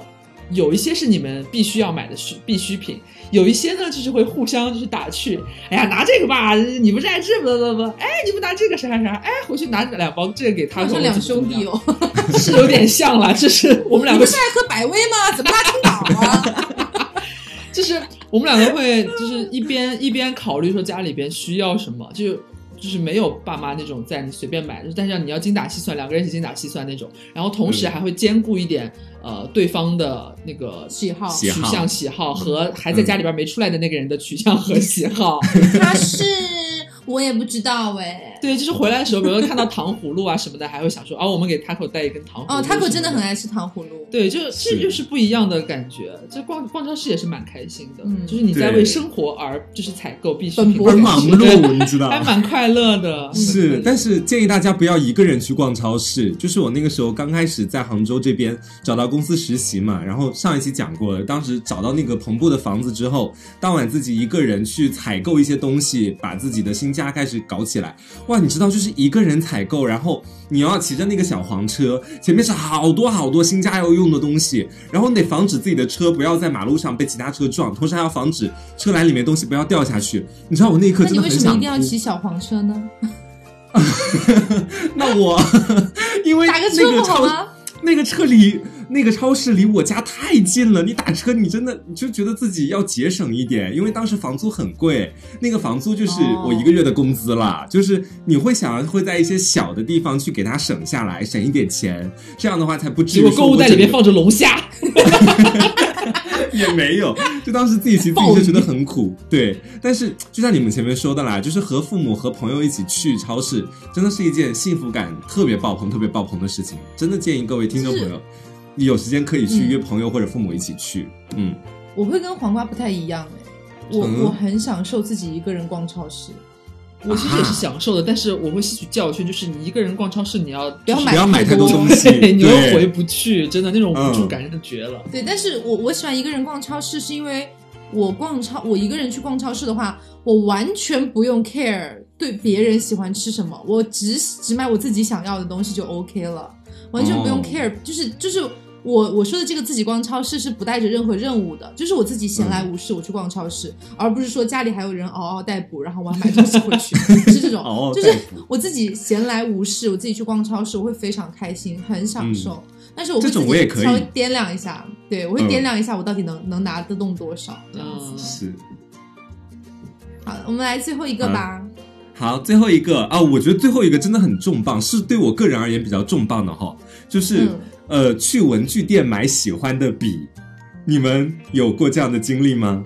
有一些是你们必须要买的需必需品，有一些呢就是会互相就是打趣，哎呀拿这个吧，你不是爱这个不不，哎你不拿这个啥啥啥，哎回去拿两包这个给他， 好像两兄弟哦， 是有点像了，就是我们两个。 你不是爱喝百威吗？怎么拉青岛啊？ 就是我们两个会就是一边一边考虑说家里边需要什么，就就是没有爸妈那种在你随便买，但是你要精打细算，两个人一起精打细算那种，然后同时还会兼顾一点、嗯、呃对方的那个喜好取向喜好和还在家里边没出来的那个人的取向和喜好。 他是我也不知道哎。 对，就是回来的时候，比如说看到糖葫芦啊什么的，还会想说哦，我们给 Taco 带一根糖葫芦。 哦 ，Taco 真的很爱吃糖葫芦。 对，就这就是不一样的感觉。这逛逛超市也是蛮开心的， 嗯、 就是你在为生活而就是采购必需品， 而忙碌，你知道， 还蛮快乐的。 是，但是建议大家不要一个人去逛超市。就是我那个时候刚开始在杭州这边找到公司实习嘛，然后上一期讲过了，当时找到那个棚布的房子之后，当晚自己一个人去采购一些东西，把自己的新家开始搞起来。哇，你知道，就是一个人采购，然后你要骑着那个小黄车，前面是好多好多新家要用的东西，然后你得防止自己的车不要在马路上被其他车撞，同时还要防止车篮里面东西不要掉下去。你知道我那一刻真的很想哭。那你为什么一定要骑小黄车呢？ 那我因为打个车不好吗？ 那个车离那个超市离我家太近了，你打车你真的你就觉得自己要节省一点，因为当时房租很贵，那个房租就是我一个月的工资啦、哦、就是你会想会在一些小的地方去给它省下来，省一点钱，这样的话才不至于说结果购物袋里面放着龙虾也没有，就当时自己骑自己就觉得很苦。对，但是就像你们前面说的啦，就是和父母和朋友一起去超市，真的是一件幸福感特别爆棚特别爆棚的事情，真的建议各位听众朋友你有时间可以去约朋友或者父母一起去。嗯， 我会跟黄瓜不太一样哎，我、嗯、我很享受自己一个人逛超市。 我其实也是享受的、啊、但是我会吸取教训，就是你一个人逛超市你要不要买不要买太多东西你又回不去，真的那种无助感真的绝了、 嗯、对，但是我我喜欢一个人逛超市是因为我逛超我一个人去逛超市的话，我完全不用 care 对别人喜欢吃什么，我只只买我自己想要的东西就 OK 了，完全不用 care、哦、就是就是我我说的这个自己逛超市是不带着任何任务的，就是我自己闲来无事我去逛超市、嗯、而不是说家里还有人嗷嗷待哺然后我要买东西回去是这种就是我自己闲来无事我自己去逛超市我会非常开心很享受、嗯，但是我会自己稍微掂量一下，对，我会掂量一下我到底能、嗯、能拿得动多少这样子、 嗯、是。 好，我们来最后一个吧、嗯、 好，最后一个啊，我觉得最后一个真的很重磅，是对我个人而言比较重磅的哈，就是、嗯、呃，去文具店买喜欢的笔，你们有过这样的经历吗？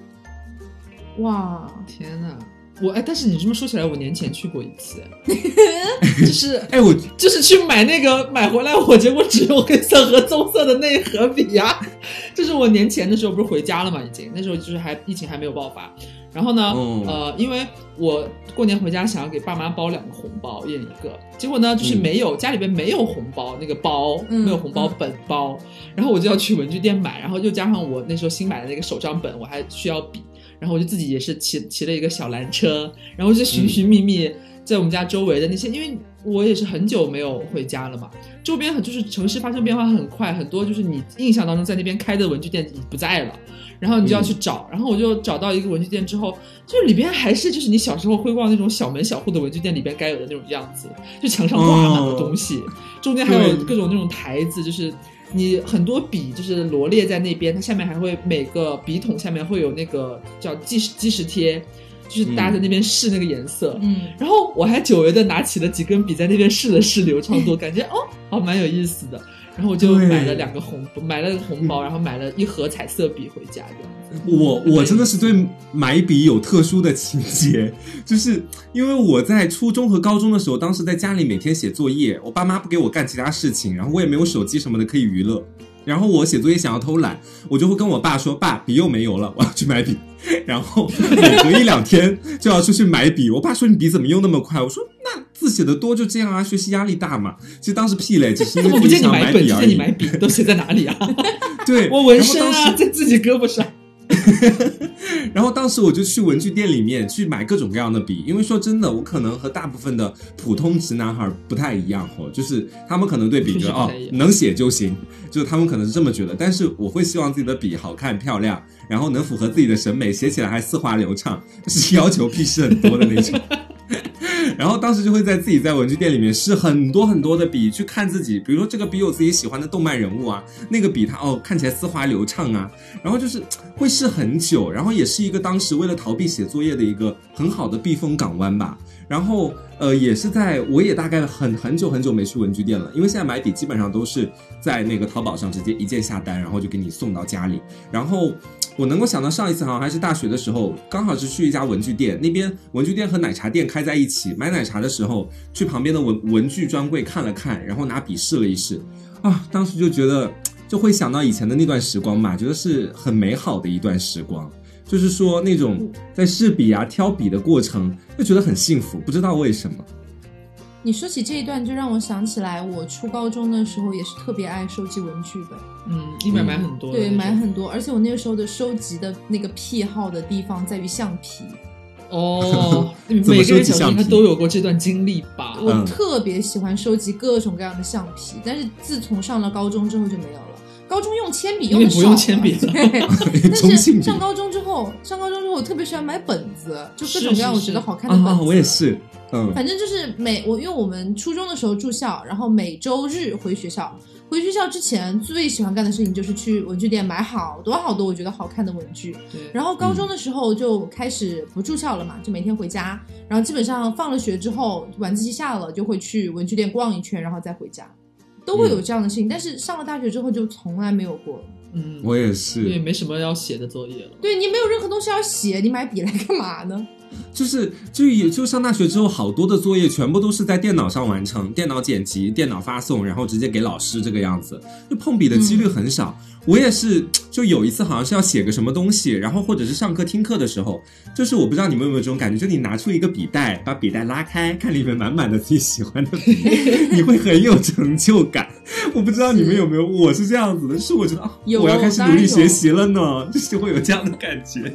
哇，天哪！我哎，但是你这么说起来，我年前去过一次，就是哎，我就是去买那个买回来，我结果只用黑色和棕色的那盒笔呀。就是我年前的时候不是回家了嘛，已经那时候就是还疫情还没有爆发，然后呢、哦、呃，因为我过年回家想要给爸妈包两个红包，一人一个，结果呢就是没有、嗯、家里边没有红包那个包、嗯、没有红包本包、嗯、然后我就要去文具店买，然后又加上我那时候新买的那个手账本，我还需要笔。然后我就自己也是骑骑了一个小蓝车，然后就寻寻觅觅在我们家周围的那些、嗯、因为我也是很久没有回家了嘛，周边很就是城市发生变化很快，很多就是你印象当中在那边开的文具店已经不在了，然后你就要去找、嗯、然后我就找到一个文具店之后，就是里边还是就是你小时候会逛那种小门小户的文具店里边该有的那种样子，就墙上挂满了东西、哦、中间还有各种那种台子，就是你很多笔就是罗列在那边，它下面还会每个笔筒下面会有那个叫计时计时贴，就是大家在那边试那个颜色，嗯，然后我还久违的拿起了几根笔在那边试了试流畅度，感觉哦哦蛮有意思的，然后我就买了两个红买了个红包，然后买了一盒彩色笔回家这样子。 我我真的是对买笔有特殊的情节，就是因为我在初中和高中的时候，当时在家里每天写作业，我爸妈不给我干其他事情，然后我也没有手机什么的可以娱乐，然后我写作业想要偷懒，我就会跟我爸说，爸，笔又没油了，我要去买笔，然后每隔一两天就要出去买笔。我爸说你笔怎么用那么快？我说那字写的多就这样啊，学习压力大嘛。其实当时屁嘞，只是因为自己想买笔而已。 我不见你买本，见你买笔都写在哪里啊？ 对， 我纹身啊，在自己胳膊上。 然后当时我就去文具店里面去买各种各样的笔，因为说真的，我可能和大部分的普通直男孩不太一样哦，就是他们可能对笔觉得哦能写就行，就是他们可能是这么觉得，但是我会希望自己的笔好看漂亮，然后能符合自己的审美，写起来还丝滑流畅，是要求屁事很多的那种。然后当时就会在自己在文具店里面试很多很多的笔，去看自己，比如说这个笔有自己喜欢的动漫人物啊，那个笔它哦看起来丝滑流畅啊，然后就是会试很久，然后也是一个当时为了逃避写作业的一个很好的避风港湾吧。然后呃也是在我也大概很很久很久没去文具店了，因为现在买笔基本上都是在那个淘宝上直接一键下单，然后就给你送到家里。然后我能够想到上一次好像还是大学的时候，刚好是去一家文具店，那边文具店和奶茶店开在一起，买奶茶的时候去旁边的文文具专柜看了看，然后拿笔试了一试啊，当时就觉得就会想到以前的那段时光吧，觉得是很美好的一段时光，就是说那种在试笔啊挑笔的过程就觉得很幸福，不知道为什么。 你说起这一段就让我想起来，我初高中的时候也是特别爱收集文具的。 嗯，一般买很多、嗯、 对，买很多，而且我那个时候的收集的那个癖好的地方在于橡皮。 哦，每个人小时候应该都有过这段经历吧。 我特别喜欢收集各种各样的橡皮，但是自从上了高中之后就没有了。高中用铅笔用的少了， 因为不用铅笔了。 对，但是上高中之后，上高中之后我特别喜欢买本子，就各种各样我觉得好看的本子。 是是是啊，我也是。嗯， 反正就是每我因为我们初中的时候住校，然后每周日回学校，回学校之前最喜欢干的事情就是去文具店买好多好多我觉得好看的文具。然后高中的时候就开始不住校了嘛，就每天回家，然后基本上放了学之后晚自习下了就会去文具店逛一圈，然后再回家，都会有这样的事情。嗯、但是上了大学之后就从来没有过了。 嗯， 我也是， 对，没什么要写的作业了。 对，你没有任何东西要写，你买笔来干嘛呢？ 就是就也就上大学之后，好多的作业全部都是在电脑上完成，电脑剪辑，电脑发送，然后直接给老师这个样子，就碰笔的几率很少。嗯、我也是，就有一次好像是要写个什么东西，然后或者是上课听课的时候，就是我不知道你们有没有这种感觉，就你拿出一个笔袋，把笔袋拉开，看里面满满的自己喜欢的笔，你会很有成就感。我不知道你们有没有，我是这样子的，就是我觉得啊，我要开始努力学习了呢，就是会有这样的感觉。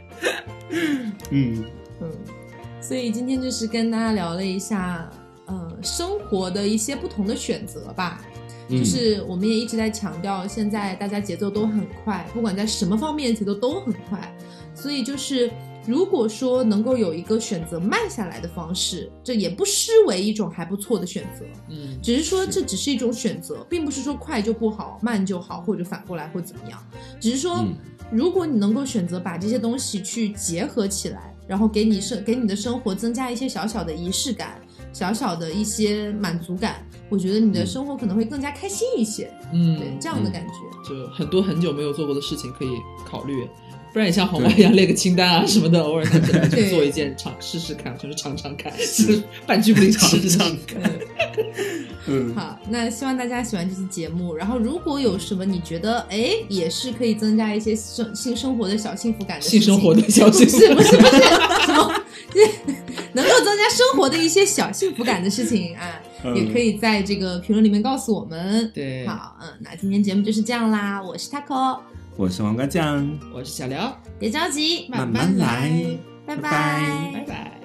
嗯嗯，所以今天就是跟大家聊了一下，呃，生活的一些不同的选择吧。嗯、就是我们也一直在强调，现在大家节奏都很快，不管在什么方面节奏都很快。所以就是如果说能够有一个选择慢下来的方式，这也不失为一种还不错的选择。嗯，只是说这只是一种选择，并不是说快就不好，慢就好，或者反过来或怎么样。只是说。嗯，如果你能够选择把这些东西去结合起来，然后给你生给你的生活增加一些小小的仪式感，小小的一些满足感，我觉得你的生活可能会更加开心一些。嗯，对，这样的感觉、嗯、 就很多很久没有做过的事情可以考虑，不然也像黄瓜一样列个清单啊什么的，偶尔拿起来去做一件尝试试看，就是尝尝看，是半句不离尝尝看。 嗯，好，那希望大家喜欢这期节目。然后，如果有什么你觉得哎也是可以增加一些生性生活的小幸福感的事情， 性生活的小幸福， 不是不是不是什么，能够增加生活的一些小幸福感的事情啊，嗯、也可以在这个评论里面告诉我们。 对， 好，嗯，那今天节目就是这样啦。我是 Taco， 我是黄瓜酱， 我是小廖， 别着急， 慢慢来， 拜拜， 拜拜。